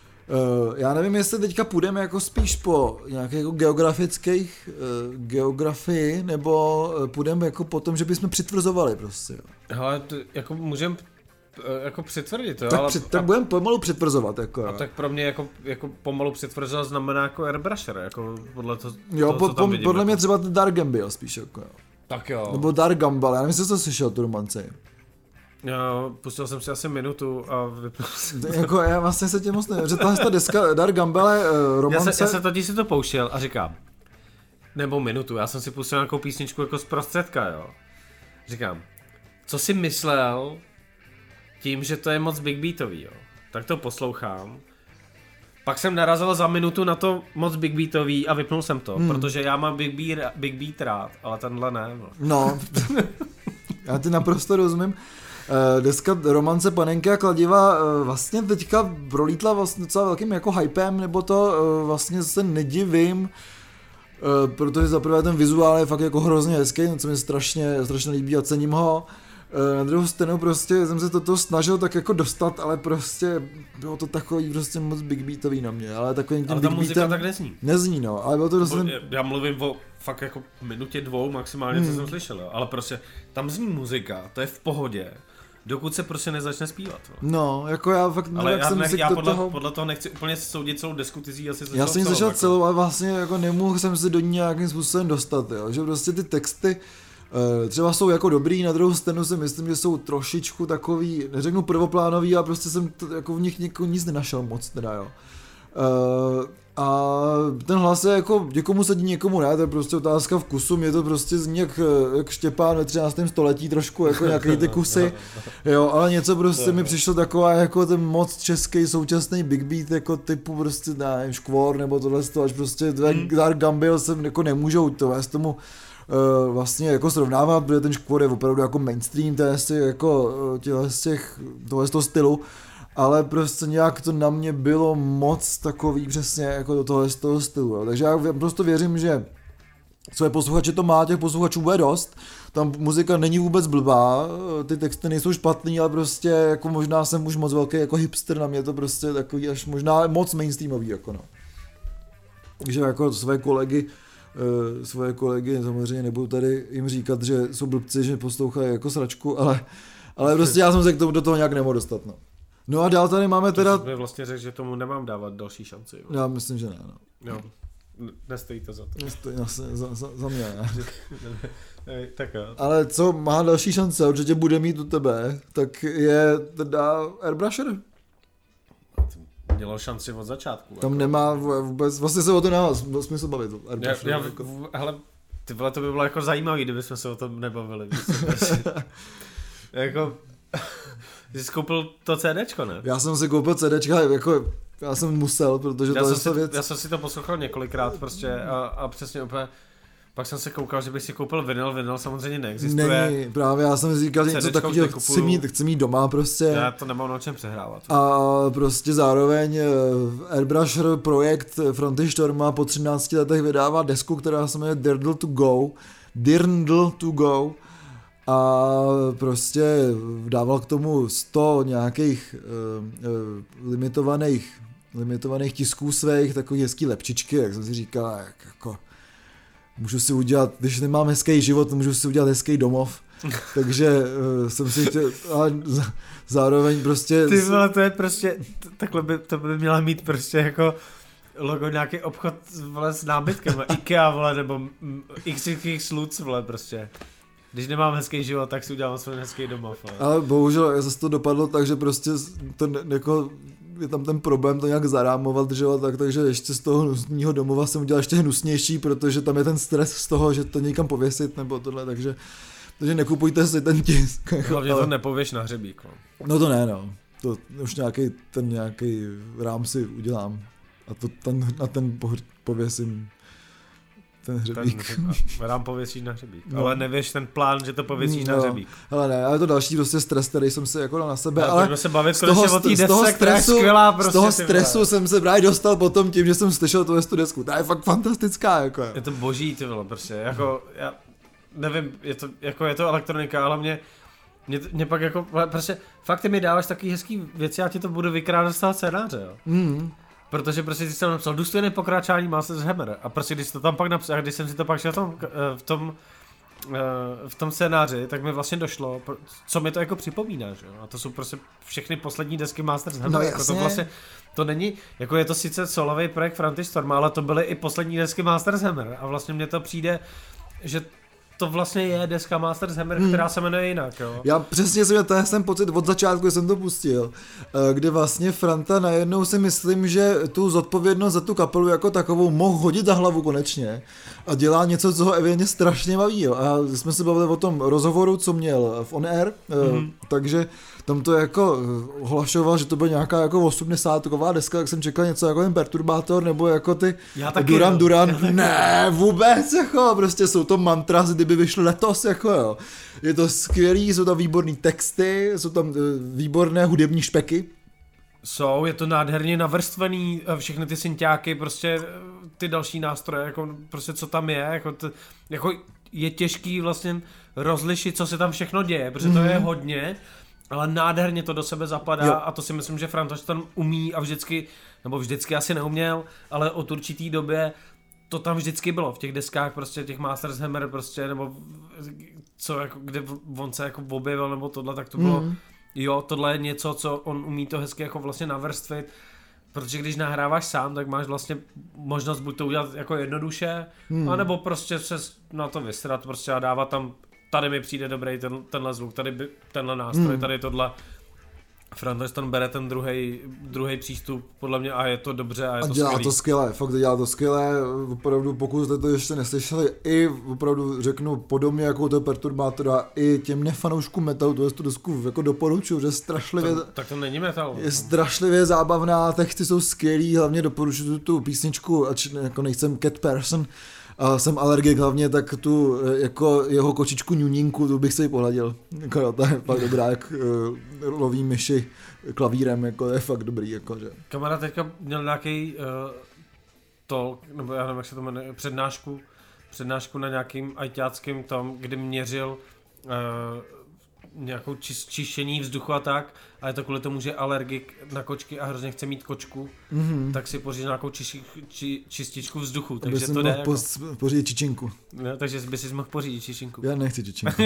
Uh, já nevím, jestli teďka půjdeme jako spíš po nějakých jako geografických uh, geografii, nebo uh, půjdeme jako po tom, že bychom přitvrzovali prostě. Hele, to, jako můžeme jako přitvrdit, jo, tak, ale... Při, tak budeme pomalu přitvrzovat, jako. A tak pro mě jako, jako pomalu přitvrzovat znamená jako airbrusher, jako podle to, jo, toho, po, co tam po, vidím. podle jako. mě třeba ten Dark Gambit spíš, jako jo. Tak jo. Nebo Dark Gumball, já nevím, jestli jsi to slyšel, tu romanci. Já pustil jsem si asi minutu a vypnul jsem. Jako já vlastně se tě moc nevím, že tahle ta deska Dark Gambale uh, romance... Já, se, já jsem totiž si to pouštěl a říkám, nebo minutu, já jsem si pustil nějakou písničku jako z prostředka, jo. Říkám, co si myslel tím, že to je moc big beatový, jo. Tak to poslouchám. Pak jsem narazil za minutu na to moc big beatový a vypnul jsem to, hmm. protože já mám big beat, big beat rád, ale tenhle ne. No, no. Já ti naprosto rozumím. Uh, deska Romance Panenky a kladiva uh, vlastně teďka prolítla vlastně docela velkým jako hypem, nebo to uh, vlastně se nedivím, uh, protože zaprvé ten vizuál je fakt jako hrozně hezký, co mi strašně, strašně líbí a cením ho. Uh, na druhou stranu prostě jsem se toto snažil tak jako dostat, ale prostě bylo to takový prostě moc big beatový na mě, ale takovým tím ale big ta muzika beatem tak nezní. Nezní, no, ale bylo to dost... Já mluvím o fakt jako minutě dvou maximálně, hmm. co jsem slyšel, jo. Ale prostě tam zní muzika, to je v pohodě, dokud se prostě nezačne zpívat. No, no jako já fakt... Ale já, jsem nech, si já podle, toho... podle toho nechci úplně soudit celou desku, ty jsi asi Já jsem ji celou, začal jako. celou, ale vlastně jako nemohl jsem se do ní nějakým způsobem dostat, jo, že prostě ty texty uh, třeba jsou jako dobrý, na druhou stranu si myslím, že jsou trošičku takový, neřeknu prvoplánový, a prostě jsem to, jako v nich něko, nic nenašel moc teda, jo. Uh, a ten hlas je jako, někomu sedí, někomu ne, to je prostě otázka vkusu, mě to prostě zní jak, jak Štěpán ve třináctém století trošku, jako nějaký ty kusy, jo, ale něco prostě mi přišlo taková jako ten moc český současný big beat, jako typu prostě, nevím, Škvor nebo tohle, až prostě hmm. Dark Gambale jsem jako nemůžou to vést tomu uh, vlastně jako srovnávat, protože ten Škvor je opravdu jako mainstream, to je asi jako těhle z těch, tohle z toho stylu. Ale prostě nějak to na mě bylo moc takový přesně jako do toho, z toho stylu. Jo. Takže já prostě věřím, že své posluchače to má, těch posluchačů bude dost. Tam muzika není vůbec blbá, ty texty nejsou špatný, ale prostě jako možná jsem už moc velký jako hipster, na mě to prostě takový až možná moc mainstreamový jako no. Takže jako své kolegy, uh, svoje kolegy samozřejmě nebudu tady jim říkat, že jsou blbci, že poslouchají jako sračku, ale, ale prostě já jsem se k tomu do toho nějak nemohl dostat no. No a dál tady máme teda... To jsi mi vlastně řekl, že tomu nemám dávat další šanci. Jo. Já myslím, že ne, no. Jo, nestojí to za to. Nestojí za, za, za, za mě, ne. Tak jo. Ale co má další šance, určitě bude mít u tebe, tak je teda Airbrusher. Mělo šanci od začátku. Tam jako. Nemá vůbec, vlastně se o to nemá smysl bavit. Já, já, jako. Hele, ty vole, to by bylo jako zajímavý, kdybychom se o tom nebavili. Jako... Jsi jsi koupil to CDčko, ne? Já jsem si koupil CDčka, jako já jsem musel, protože já to je si, věc. Já jsem si to poslouchal několikrát prostě a, a přesně úplně, pak jsem se koukal, že bych si koupil vinyl, vinyl samozřejmě neexistuje. Není, právě já jsem si říkal, že něco takového chci mít, chci mít doma prostě. Já to nemám na čem přehrávat. A prostě zároveň Airbrusher projekt Fronty Storma po třinácti letech vydává desku, která se jmenuje Dirndl to Go. Dirndl to Go. A prostě dával k tomu sto nějakých uh, uh, limitovaných, limitovaných tisků svých, takový hezký lepčičky, jak jsem si říkal, jak, jako můžu si udělat, když nemám hezký život, můžu si udělat hezký domov, takže uh, jsem si chtěl, ale zároveň prostě... Ty vole, to je prostě, takhle by, to by měla mít prostě jako logo nějaký obchod vole, s nábytkem, IKEA, vole, nebo X X Lutz, vole, prostě. Když nemám hezký život, tak si udělám svůj hezký domov. Ale, ale bohužel zase to dopadlo tak, že prostě to jako, je tam ten problém to nějak zarámovat, že jo, tak, takže ještě z toho hnusného domova jsem udělal ještě hnusnější, protože tam je ten stres z toho, že to někam pověsit nebo tohle, takže, takže nekupujte si ten tisk. Hlavně to nepověš na hřebík. No, no to ne, no. To už nějaký ten nějaký rám si udělám a to ten, na ten pověsím. Ten hřebík. Ten, rám pověsíš na hřebík. No. Ale nevíš ten plán, že to pověsíš no. na hřebík. Ale ne, ale to další prostě stres, který jsem se jako dal na sebe. Ale, ale se bavit z toho, o té desce, která je skvělá. Prostě z toho stresu vole. Jsem se právě dostal potom tím, že jsem slyšel tu desku. Ta je fakt fantastická. Jako. Je to boží, ty vole, prostě. Jako, já nevím, je to, jako je to elektronika, ale mě, mě, mě pak jako, prostě, fakt ty mi dáváš takový hezký věci, já ti to budu vykrádat z toho scénáře, jo. Mm. Protože prostě si jsem napsal důstojné pokračování Masters Hammer a prostě když to tam pak napsal, a když jsem si to pak šel v tom, v tom, v tom scénáři, tak mi vlastně došlo, co mi to jako připomíná, že jo? A to jsou prostě všechny poslední desky Masters Hammer, no, jako to vlastně, to není, jako je to sice solový projekt Fronty Storma, ale to byly i poslední desky Masters Hammer a vlastně mně to přijde, že to vlastně je deska Masters Hammer, hmm. která se jmenuje jinak, jo. Já přesně jsem měl ten jsem pocit od začátku, když jsem to pustil, kde vlastně Franta najednou si myslím, že tu zodpovědnost za tu kapelu jako takovou mohl hodit za hlavu konečně a dělá něco, co ho evidentně strašně baví, jo. A jsme se bavili o tom rozhovoru, co měl v On Air, hmm. takže tam to jako hlašoval, že to byla nějaká jako osmdesátková deska, tak jsem čekal něco jako ten Perturbátor, nebo jako ty Duran Duran. Ne, vůbec, jako, prostě jsou to mantras, kdyby vyšly letos, jako jo. Je to skvělý, jsou tam výborný texty, jsou tam výborné hudební špeky. Jsou, je to nádherně navrstvený, všechny ty synťáky, prostě ty další nástroje, jako prostě co tam je, jako, t, jako je těžký vlastně rozlišit, co se tam všechno děje, protože to je hodně, ale nádherně to do sebe zapadá jo. A to si myslím, že Frantoš tam umí a vždycky, nebo vždycky asi neuměl, ale od určitý době to tam vždycky bylo v těch deskách, prostě těch Masters Hammer, prostě, nebo co, jako, kde on se jako objevil, nebo tohle, tak to bylo, mm. jo, tohle je něco, co on umí to hezky jako vlastně navrstvit, protože když nahráváš sám, tak máš vlastně možnost buď to udělat jako jednoduše, mm. anebo prostě se na to vysrat, prostě a dávat tam, tady mi přijde dobrý ten, tenhle zvuk, tady by, tenhle nástroj, mm. tady tohle. Frantoš tam bere ten druhý přístup, podle mě, a je to dobře a je a to dělá skvělý. to skvěle, fakt dělá to skvěle, opravdu pokud jste to ještě neslyšeli, i opravdu řeknu podobně jako to Perturbátora, i těm nefanouškům metalu, to je tu desku jako doporučuji, že strašlivě, to, tak to není metal. Je strašlivě zábavná, texty jsou skvělý, hlavně doporučuji tu písničku, ač jako nejsem cat person, a jsem alergik hlavně, tak tu jako jeho kočičku ňuňinku, tu bych si ji pohladil. Jako, to je fakt dobrá, jak uh, loví myši klavírem, jako je fakt dobrý. Jako, že. Kamarád teďka měl nějaký uh, talk, nebo já nevím, jak se to jmenuje, přednášku, přednášku na nějakým ajťáckým tom, kdy měřil uh, nějakou čis, čištění vzduchu a tak, a je to kvůli tomu, že je alergik na kočky a hrozně chce mít kočku, mm-hmm. tak si pořídí nějakou čiši, či, čističku vzduchu, takže to jde jako... pořídit čičinku. No, takže by si mohl pořídit čičinku. Já nechci čičinku.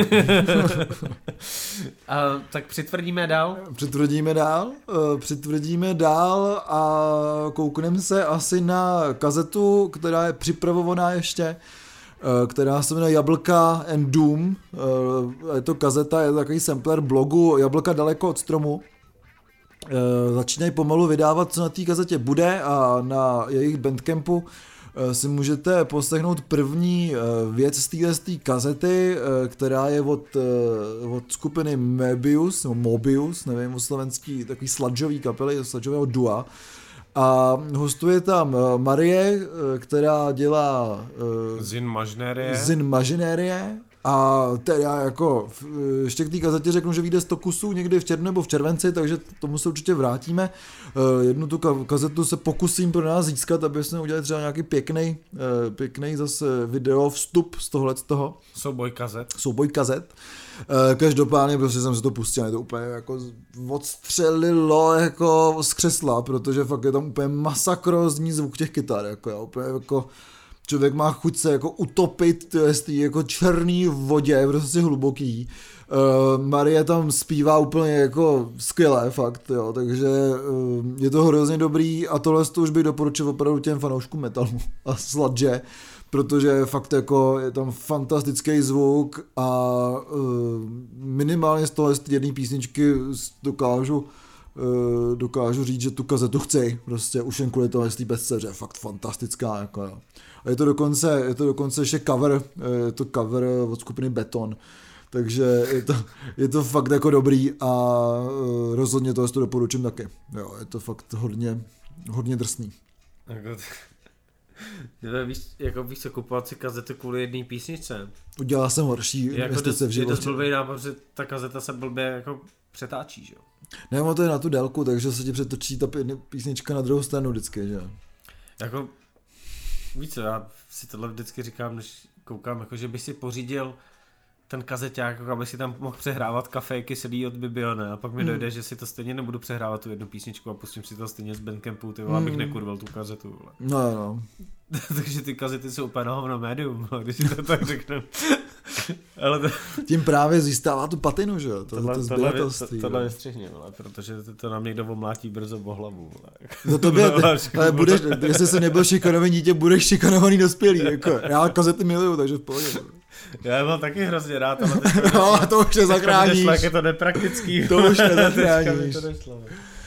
A, tak přitvrdíme dál? Přitvrdíme dál, uh, přitvrdíme dál a koukneme se asi na kazetu, která je připravovaná ještě, která se jmenuje Jablka and Doom. Je to kazeta, je to takový sampler blogu Jablka daleko od stromu. Začínají pomalu vydávat, co na té kazetě bude, a na jejich bandcampu si můžete poslechnout první věc z této kazety, která je od, od skupiny Mobius, nebo Mobius, nevím, o slovenský, takový sludgeový kapely, sludgeového dua. A hostuje tam Marie, která dělá Zin Mažinérie. Zin Mažinérie. A teda jako ještě k té kazetě řeknu, že vyjde sto kusů někdy v červnu nebo v červenci, takže tomu se určitě vrátíme. Jednu tu kazetu se pokusím pro nás získat, aby jsme udělali třeba nějaký pěkný, pěkný zase video vstup z tohle z toho. Souboj kazet. Souboj kazet. Každopádně prostě jsem se to pustil, je to úplně jako odstřelilo jako z křesla, protože fakt je tam úplně masakrózní zvuk těch kytar, jako já, úplně jako člověk má chuť se jako utopit, to je z té jako černý vodě, prostě hluboký. Uh, Marie tam zpívá úplně jako skvěle, fakt, jo, takže uh, je to hrozně dobrý a tohle to už bych doporučil opravdu těm fanouškům metalu a sludge, protože fakt jako je tam fantastický zvuk a uh, minimálně z tohle jedné písničky dokážu uh, dokážu říct, že tu kazetu chci, prostě už jen kvůli tohle z té pesce, že je fakt fantastická, jako jo. A je to dokonce, je to dokonce ještě cover, je to cover od skupiny Beton, takže je to, je to fakt jako dobrý a uh, rozhodně tohle to doporučím taky, jo, je to fakt hodně, hodně drsný. Jako Víš, jako víš co, kupovat si kazetu kvůli jedné písničce. Udělal jsem horší investice v životě. Je to blbý nápad, protože ta kazeta se blbě jako přetáčí, že jo? Ne, to je na tu délku, takže se ti přetočí ta písnička na druhou stranu vždycky, že jo? Jako, víš co, já si tohle vždycky říkám, než koukám, jako že by si pořídil ten kazeťák, jako aby si tam mohl přehrávat kafe kyselý od Bibione, a pak mi hmm. dojde, že si to stejně nebudu přehrávat tu jednu písničku a pustím si to stejně z Bandcampu, ty vole, hmm. abych nekurval tu kazetu, vole. No, no. Takže ty kazety jsou úplně na hovno médium, když si to tak řeknu. Ale to... Tím právě zůstává tu patinu, že jo? To, tohle, to tohle, to, tohle nestřihni, vole, protože to, to nám někdo omlátí brzo po hlavu, vole. No to by, ale budeš, jestli jsi nebyl šikanovaný dítě, budeš šikanovaný dospělý, jako. Já kazety miluju, takže v pohodě. Já mám taky hrozně rád, ale teď no, to už nezachráníš. Jak je to nepraktický. To už nezachráníš. To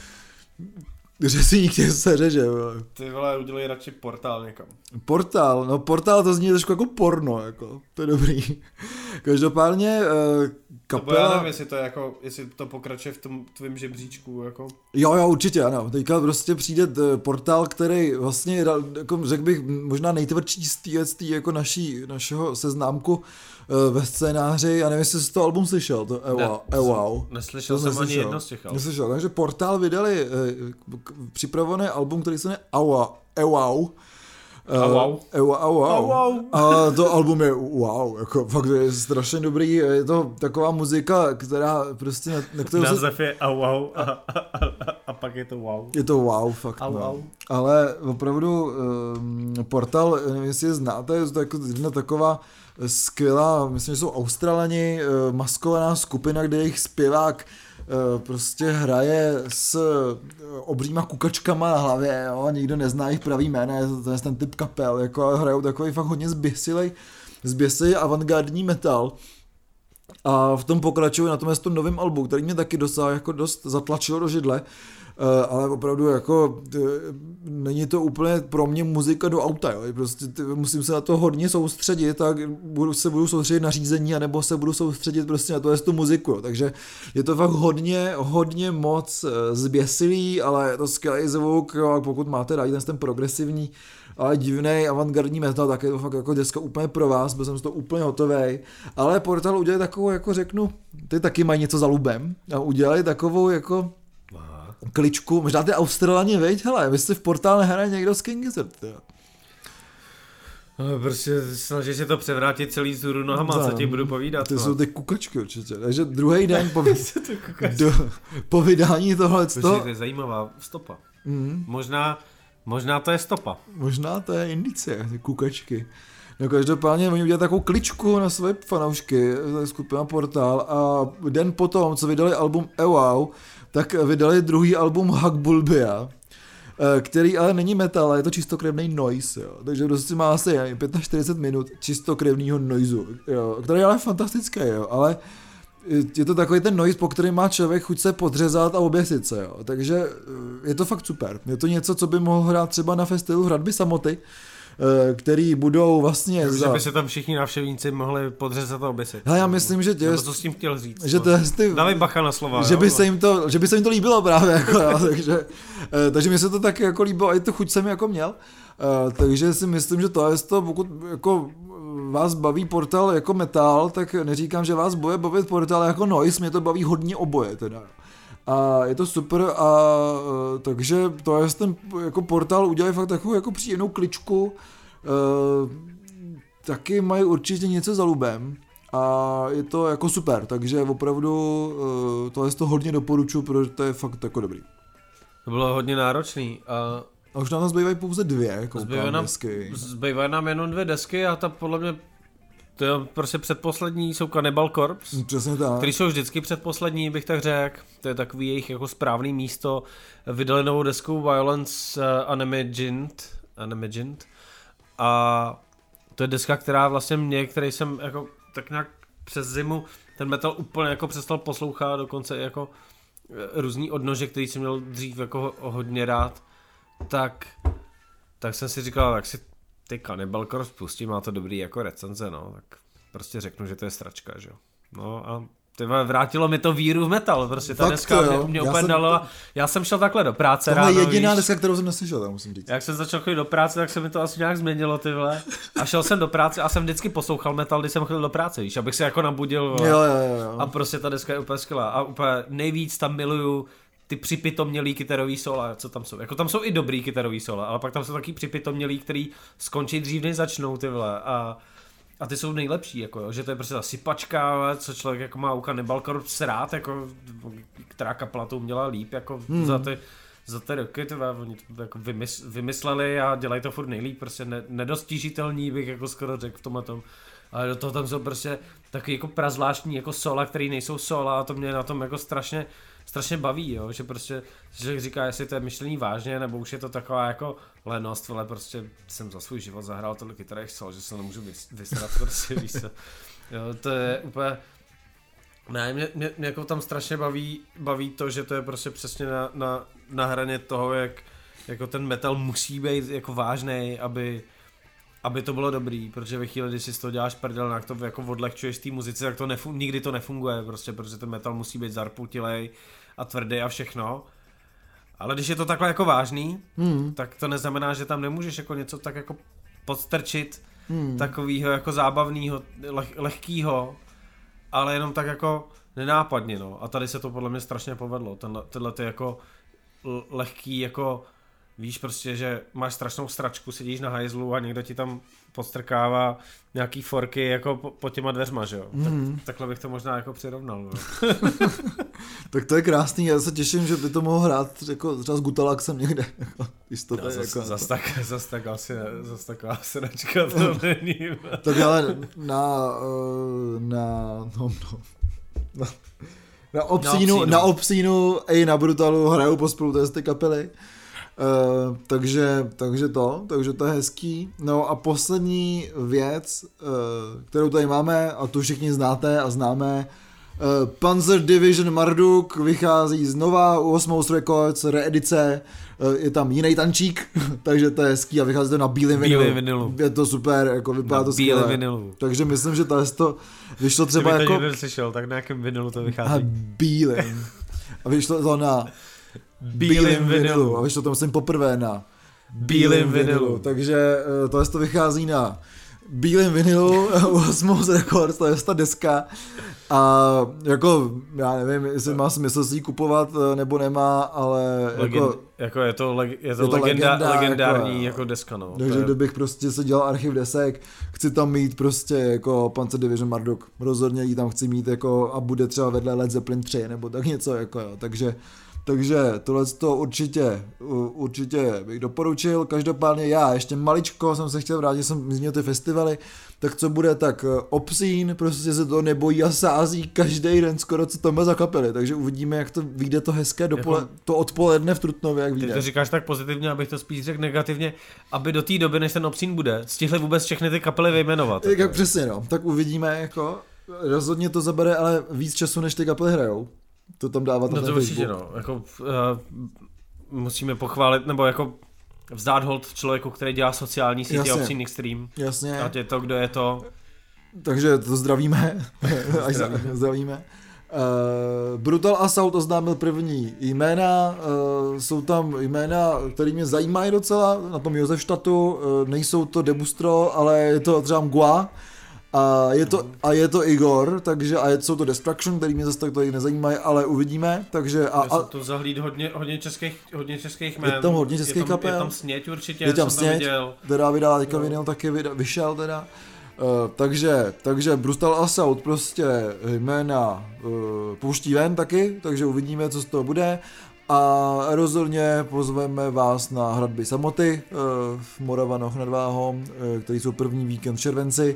Řezník tě seře, že jo. Ty vole, udělej radši portál někam. Portál, no portál to zní trošku jako porno, jako, to je dobrý. Každopádně kapela... To já nevím, jestli to, je jako, jestli to pokračuje v tom tvým žebříčku, jako. Jo, jo, určitě, ano. Teďka prostě přijde portál, který vlastně, jako řekl bych, možná nejtvrdší z té, z té jako naší, našeho seznámku ve scénáři. Já nevím, jestli jsi to album slyšel, to Ewa, ne, Ewau. Neslyšel to jsem neslyšel. ani jedno z těch album. Neslyšel, takže portál vydali eh, připravený album, který se jmenuje Ewa, Ewau. Wow. Uh, wow, wow. wow. A to album je wow, jako fakt je strašně dobrý, je to taková muzika, která prostě... Na, na kterou Název se... je a wow a, a, a, a pak je to wow. Je to wow, fakt. A no. wow. Ale opravdu um, portál, nevím, jestli je znáte, je to jako jedna taková skvělá, myslím, že jsou Australani, uh, maskovaná skupina, kde jejich zpěvák prostě hraje s obříma kukačkama na hlavě, jo, a nikdo nezná jejich pravý jméno, to je ten typ kapel, jako hrajou takový fakt hodně zběsilej, zběsilej avantgardní metal. A v tom pokračuje na tom, tom novém albu, který mě taky dosáhl, jako dost zatlačilo do židle, ale opravdu jako není to úplně pro mě muzika do auta, jo. Prostě musím se na to hodně soustředit, tak budu, se budu soustředit na řízení, anebo se budu soustředit prostě na to, jest tu muziku, jo. Takže je to fakt hodně, hodně moc zběsilý, ale je to skvělý zvuk, jo. A pokud máte rádi ten, ten progresivní, ale divnej avantgardní metal, tak je to fakt jako deska úplně pro vás, byl jsem z toho úplně hotovej, ale Portal udělali takovou, jako řeknu, ty taky mají něco za lubem a udělali takovou jako kličku, možná ty Australani, veď, hele, vy jste v Portál nehraje někdo z King Gizzard, jo. No, prostě snaží se to převrátit celý zůru nohama, co ti budu povídat. Ty no. jsou ty kukačky určitě, takže druhý den po, do, po vydání tohle to je zajímavá stopa. Mm. Možná, možná to je stopa. Možná to je indicie, ty kukačky. No každopádně oni udělali takovou kličku na své fanoušky, skupina Portál, a den potom, co vydali album Ewau, tak vydali druhý album Hak Bulbia, který ale není metal, je to čistokrevný noise, jo. Takže prostě má asi čtyřicet pět minut čistokrevného noizu, jo, který je ale fantastický, jo, ale je to takový ten noise, po kterém má člověk chuť se podřezat a oběsit se, jo. Takže je to fakt super. Je to něco, co by mohl hrát třeba na festivalu Hradby samoty, který budou vlastně... Takže za... by se tam všichni návštěvníci mohli podřezat a oběsit. Já myslím, že... Tě... Co s tím chtěl říct? Že to, ty... Dávej bacha na slova. Že jo? by, se jim to, že by se jim to líbilo právě. Jako, jo, takže, takže mi se to tak jako líbilo, a i tu chuť jsem jako měl. Takže si myslím, že to je to, pokud jako vás baví Portál jako metal, tak neříkám, že vás bude bavit Portál jako noise, mě to baví hodně oboje teda. A je to super, a takže to je ten jako Portál udělali fakt takovou jako příjemnou kličku. Uh, taky mají určitě něco za lubem a je to jako super, takže opravdu uh, tohle to hodně doporučuji, protože to je fakt jako dobrý. To bylo hodně náročný. A, a už nám zbývají pouze dvě, koukám, nám, desky. Zbývají nám jenom dvě desky a ta podle mě, to je prostě předposlední, jsou Cannibal Corpse. Přesně tak. Který jsou vždycky předposlední, bych tak řekl. To je takový jejich jako správný místo. Vydali novou desku Violence uh, Unimagined. Unimagined. A to je deska, která vlastně mě, který jsem jako tak nějak přes zimu ten metal úplně jako přestal poslouchat, dokonce jako různý odnože, který jsem měl dřív jako hodně rád, tak, tak jsem si říkal, tak si ty Cannibal Corpse pustím, má to dobrý jako recenze, no, tak prostě řeknu, že to je sračka, že jo. No a tyhle, vrátilo mi to víru v metal, prostě ta Fakt deska to, mě, mě úplně jsem, dala, já jsem šel takhle do práce ráno, ráno, je jediná víš, deska, kterou jsem neslyšel, tak musím říct. Jak jsem začal chodit do práce, tak se mi to asi nějak změnilo, ty vole. A šel jsem do práce a jsem vždycky poslouchal metal, když jsem chodil do práce, víš, abych se jako nabudil, vole. Jo, jo, jo. A prostě ta deska je úplně skvělá a úplně nejvíc tam miluju ty připitomělý kytarový sola, co tam jsou. Jako tam jsou i dobrý kytarový sola, ale pak tam jsou taky připitomělý, který skončí dřív, než začnou, ty vole. A A ty jsou nejlepší, jako jo, že to je prostě ta sypačka, co člověk jako má u Cannibal Corpse rád, jako, která kapela to uměla líp, jako hmm. za ty, za ty roky, tyhle, oni to jako vymysl, vymysleli a dělají to furt nejlíp, prostě ne, nedostižitelný, bych jako skoro řekl v tomhle tom. Ale do toho tam jsou prostě taky jako prazvláštní jako sola, který nejsou sola, a to mě na tom jako strašně, strašně baví, jo, že prostě člověk říká, jestli to je myšlení vážně, nebo už je to taková jako lenost, ale prostě jsem za svůj život zahrál tolik kytarech sol, že se nemůžu vysrat, prostě víš co. Jo, to je úplně, ne, mě, mě, mě jako tam strašně baví, baví to, že to je prostě přesně na, na, na hraně toho, jak jako ten metal musí být jako vážnej, aby aby to bylo dobrý, protože ve chvíli, když si z toho děláš prdel, jak to jako odlehčuješ té muzice, tak to nefun- nikdy to nefunguje, prostě, protože ten metal musí být zarputilej a tvrdý a všechno. Ale když je to takhle jako vážný, hmm. tak to neznamená, že tam nemůžeš jako něco tak jako podstrčit, hmm. takovýho jako zábavného, leh- lehkýho, ale jenom tak jako nenápadně, no. A tady se to podle mě strašně povedlo, Tenhle, tyhle ty jako lehký jako víš prostě, že máš strašnou stračku, sedíš na hajzlu a někdo ti tam podstrkává nějaký forky jako po, po těma dveřma, že jo? Mm. Tak, takhle bych to možná jako přirovnal, no. Tak to je krásný, já se těším, že by to mohl hrát jako třeba s Gutalaxem někde. Jako, to no, zas, jako, zas, tak, zas, tak asi, zas taková sračka to není. Tak ale na, na, no, no, na, na obsínu, na obsínu i na Brutalu hrajou pospolu ty kapely. Uh, takže, takže to, takže to je hezký. No a poslední věc, uh, kterou tady máme, a tu všichni znáte a známe, uh, Panzer Division Marduk vychází znova u Osmose Records, reedice, uh, je tam jiný tančík, takže to je hezký a vychází to na bílém vinilu. vinilu. Je to super, jako vypadá na to skvěle. Vinilu. Takže myslím, že to, to vyšlo třeba Kdyby jako... Kdyby to slyšel, tak na jakém vinilu to vychází. A bílém. A vyšlo to na... Bílým vinilu. A vyšlo to myslím poprvé na bílým vinilu. Takže tohle to vychází na bílým vinilu u Osmose Records, to je ta deska. A jako, já nevím, jestli má smysl si ji kupovat nebo nemá, ale Legend, jako... jako je to, leg, je to, je to legenda, legenda, legendární jako, jako deska, no. Takže je... kdybych prostě se dělal archiv desek, chci tam mít prostě jako Panzer Division Marduk. Rozhodně ji tam chci mít jako a bude třeba vedle Led Zeppelin tři nebo tak něco jako jo. Takže Takže tohle to určitě, určitě bych doporučil. Každopádně já ještě maličko jsem se chtěl vrátit, jsem zmínil ty festivaly, tak co bude, tak Obscene, prostě se to nebojí a sází každý den skoro, co tam má za kapely, takže uvidíme, jak to vyjde to hezké dopole, jako, to odpoledne v Trutnově, jak vyjde. Ty to říkáš tak pozitivně, abych to spíš řekl negativně, aby do té doby, než ten Obscene bude, stihli vůbec všechny ty kapely vyjmenovat. Jak, jak přesně, no, tak uvidíme, jako, rozhodně to zabere ale víc času, než ty kapely hrajou. To tam dává no to určitě, no. Jako, uh, musíme pochválit, nebo jako vzdát hold člověku, který dělá sociální sítě Obscene Extreme. Jasně. Ať je to, kdo je to. Takže to zdravíme. zdravíme. zdravíme. Uh, Brutal Assault oznámil první jména, uh, jsou tam jména, které mě zajímají docela, na tom Josefštatu, uh, nejsou to Debustro, ale je to třeba Mgła. A je to, a je to Igor, takže a jsou to Destruction, který mě zase tak tady nezajímají, ale uvidíme, takže a, a to zahlíd hodně, hodně českých, hodně českých jmén. Je tam hodně českých kapel. Je tam Sněť určitě, je tam jsem Sněť, tam viděl. Teda vydala teďka vinyl, taky vyšel teda. Uh, takže, takže Brutal Assault prostě jména uh, pouští ven taky, takže uvidíme, co z toho bude. A rozhodně pozveme vás na hradby Samoty uh, v Moravanoch nad Váhom, uh, který jsou první víkend v červenci,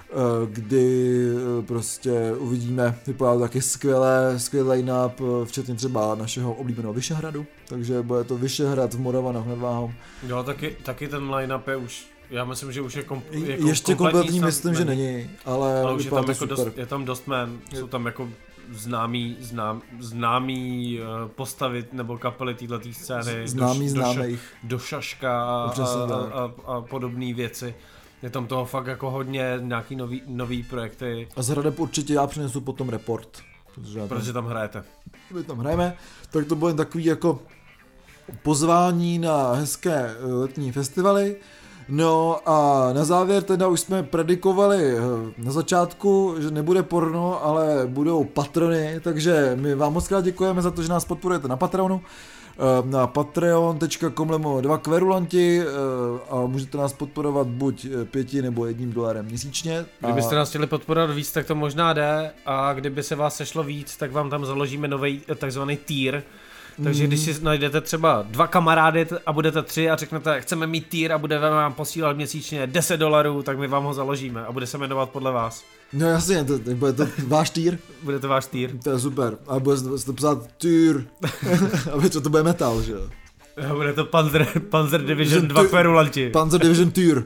kdy prostě uvidíme, vypadá to taky skvělé, skvělý line-up, včetně třeba našeho oblíbeného Vyšehradu, takže bude to Vyšehrad v Moravanách nad Váhom. Jo, taky, taky ten line-up je už, já myslím, že už je, kom, jako ještě kompletní, myslím, že není, ale, ale už je tam, jako super. dost, je tam dost men, jsou tam jako známý, znám, známý uh, postavy nebo kapely této scény, známý do, známých. Do, do Šaška a, a, a, a podobné věci. Je tam toho fakt jako hodně, nějaký nový, nový projekty. A z hradeb určitě já přinesu potom report. Protože, tam, protože tam hrajete. My tam hrajeme, tak to bude takový jako pozvání na hezké letní festivaly. No a na závěr teda už jsme predikovali na začátku, že nebude porno, ale budou patrony, takže my vám moc krát děkujeme za to, že nás podporujete na Patreonu. Na patreon tečka com lomeno dva kverulanti a můžete nás podporovat buď pěti nebo jedním dolarem měsíčně. A... Kdybyste nás chtěli podporovat víc, tak to možná jde, a kdyby se vás sešlo víc, tak vám tam založíme nový takzvaný tier. Takže mm. když si najdete třeba dva kamarády a budete tři a řeknete, chceme mít tier a budeme vám posílat měsíčně deset dolarů, tak my vám ho založíme a bude se jmenovat podle vás. No jasně, to, to bude to váš týr. Bude to váš týr. To je super. A bude se to psát týr. A co to bude metal, že jo? Bude to Panzer, Panzer Division dva kverulanti. Panzer Division týr.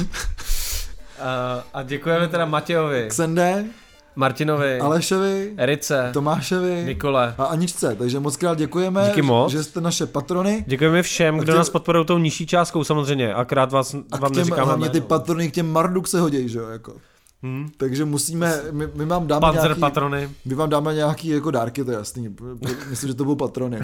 A, a děkujeme teda Matějovi, Ksende, Martinovi, Alešovi, Erice, Tomášovi, Nikole a Aničce, takže moc krát děkujeme, Díky moc. že jste naše patrony. Děkujeme všem, kdo těm... nás podporují tou nižší částkou samozřejmě, akrát vás, a vám těm, neříkáme hlavně ty jméno. patrony k těm Marduk se hodí, že jo, jako. Hmm. Takže musíme, my, my vám dáme Panzer nějaký, patrony. my vám dáme nějaký jako dárky, to je jasný, myslím, že to budou patrony.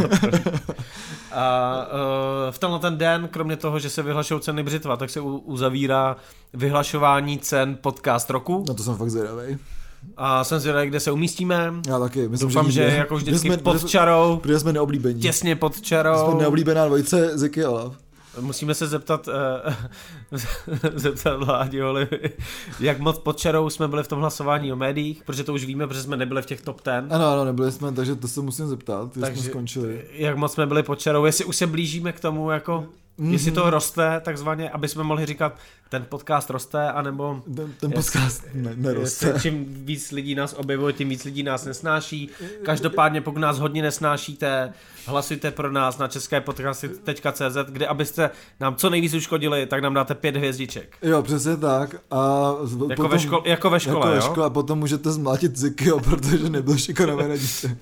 A uh, v tenhle ten den, kromě toho, že se vyhlašují ceny břitva, tak se u, uzavírá vyhlašování cen podcast roku. No to jsem fakt zvědavej. A jsem zvědavý, kde se umístíme. Já taky. Myslím, Doufám, že, že, že jako vždycky jsme, pod čarou. Protože jsme neoblíbení. Těsně pod čarou. Jsme neoblíbená dvojice Ziky a Olav. Musíme se zeptat, uh, zeptat Vládi Olivy, jak moc pod čarou jsme byli v tom hlasování o médiích, protože to už víme, protože jsme nebyli v těch top ten. Ano, ano, nebyli jsme, takže to se musím zeptat, když Takže jsme skončili. Jak moc jsme byli pod čarou, jestli už se blížíme k tomu, jako, mm-hmm. jestli to roste, takzvaně, aby jsme mohli říkat, ten podcast roste, anebo... Ten, ten podcast ne, neroste. Čím víc lidí nás objevuje, tím víc lidí nás nesnáší. Každopádně, pokud nás hodně nesnášíte, hlasujte pro nás na české podcasty tečka cé zet, kde abyste nám co nejvíc uškodili, tak nám dáte pět hvězdiček. Jo, přesně tak. A jako, potom, ve škole, jako ve škole, jako jo? ve škole, a potom můžete zmlátit Ziky, jo, protože nebyl šikanové dítě.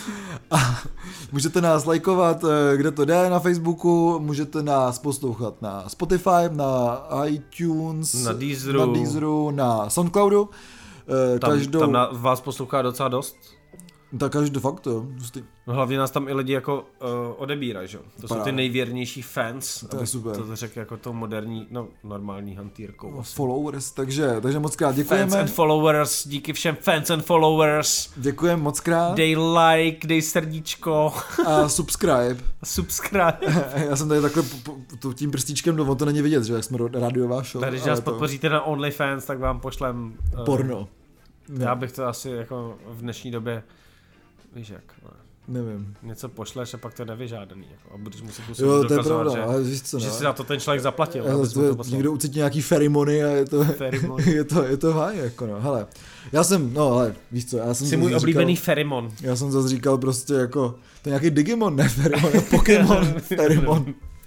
A můžete nás lajkovat, kde to jde, na Facebooku, můžete nás poslouchat na Spotify, na iTunes, na Deezeru, na, Deezeru, na Soundcloudu. Tam, každou... tam na, vás poslouchá docela dost. Tak každý fakt, jo. No, hlavně nás tam i lidi jako uh, odebírají, že? To Paráda. Jsou ty nejvěrnější fans, to je super. To řekl jako tou moderní, no normální hantýrkou. Followers, takže, takže moc krát děkujeme. Fans and followers, díky všem fans and followers. Děkujeme moc krát. Dej like, dej srdíčko. A subscribe. A subscribe. Já jsem tady takhle tím prstíčkem, no on to není vidět, že jak jsme rádiová show. Tady, když nás to... podpoříte na OnlyFans, tak vám pošlem... Uh, porno. Já bych to asi jako v dnešní době... Víš jak, ne. Nevím. Něco pošleš a pak to je nevyžádaný. Jako, a budeš muset tu jo, dokazovat, pravda, že, ale víš co, že ne? si za to ten člověk zaplatil. Já, to, to někdo ucítí nějaký ferimony a je to, je to, je to háj, jako no. Hele, já jsem, no ale víš co, já jsem... Jsi můj oblíbený ferimon. Já jsem zase říkal prostě jako, to je nějaký Digimon, ne ferimon, je Pokémon, ferimon.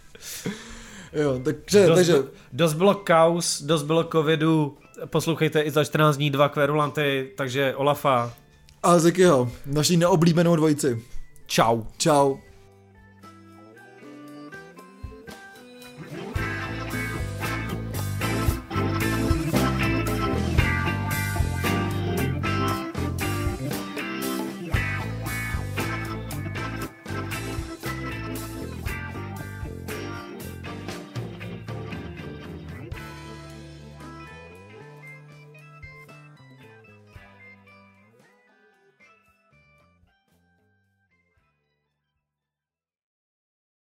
Jo, takže, dost, takže... Dost bylo kaus, dost bylo covidu, poslouchejte i za čtrnáct dní dva kverulanty, takže Olafa. A Zikyho, naší neoblíbenou dvojici. Čau. Čau.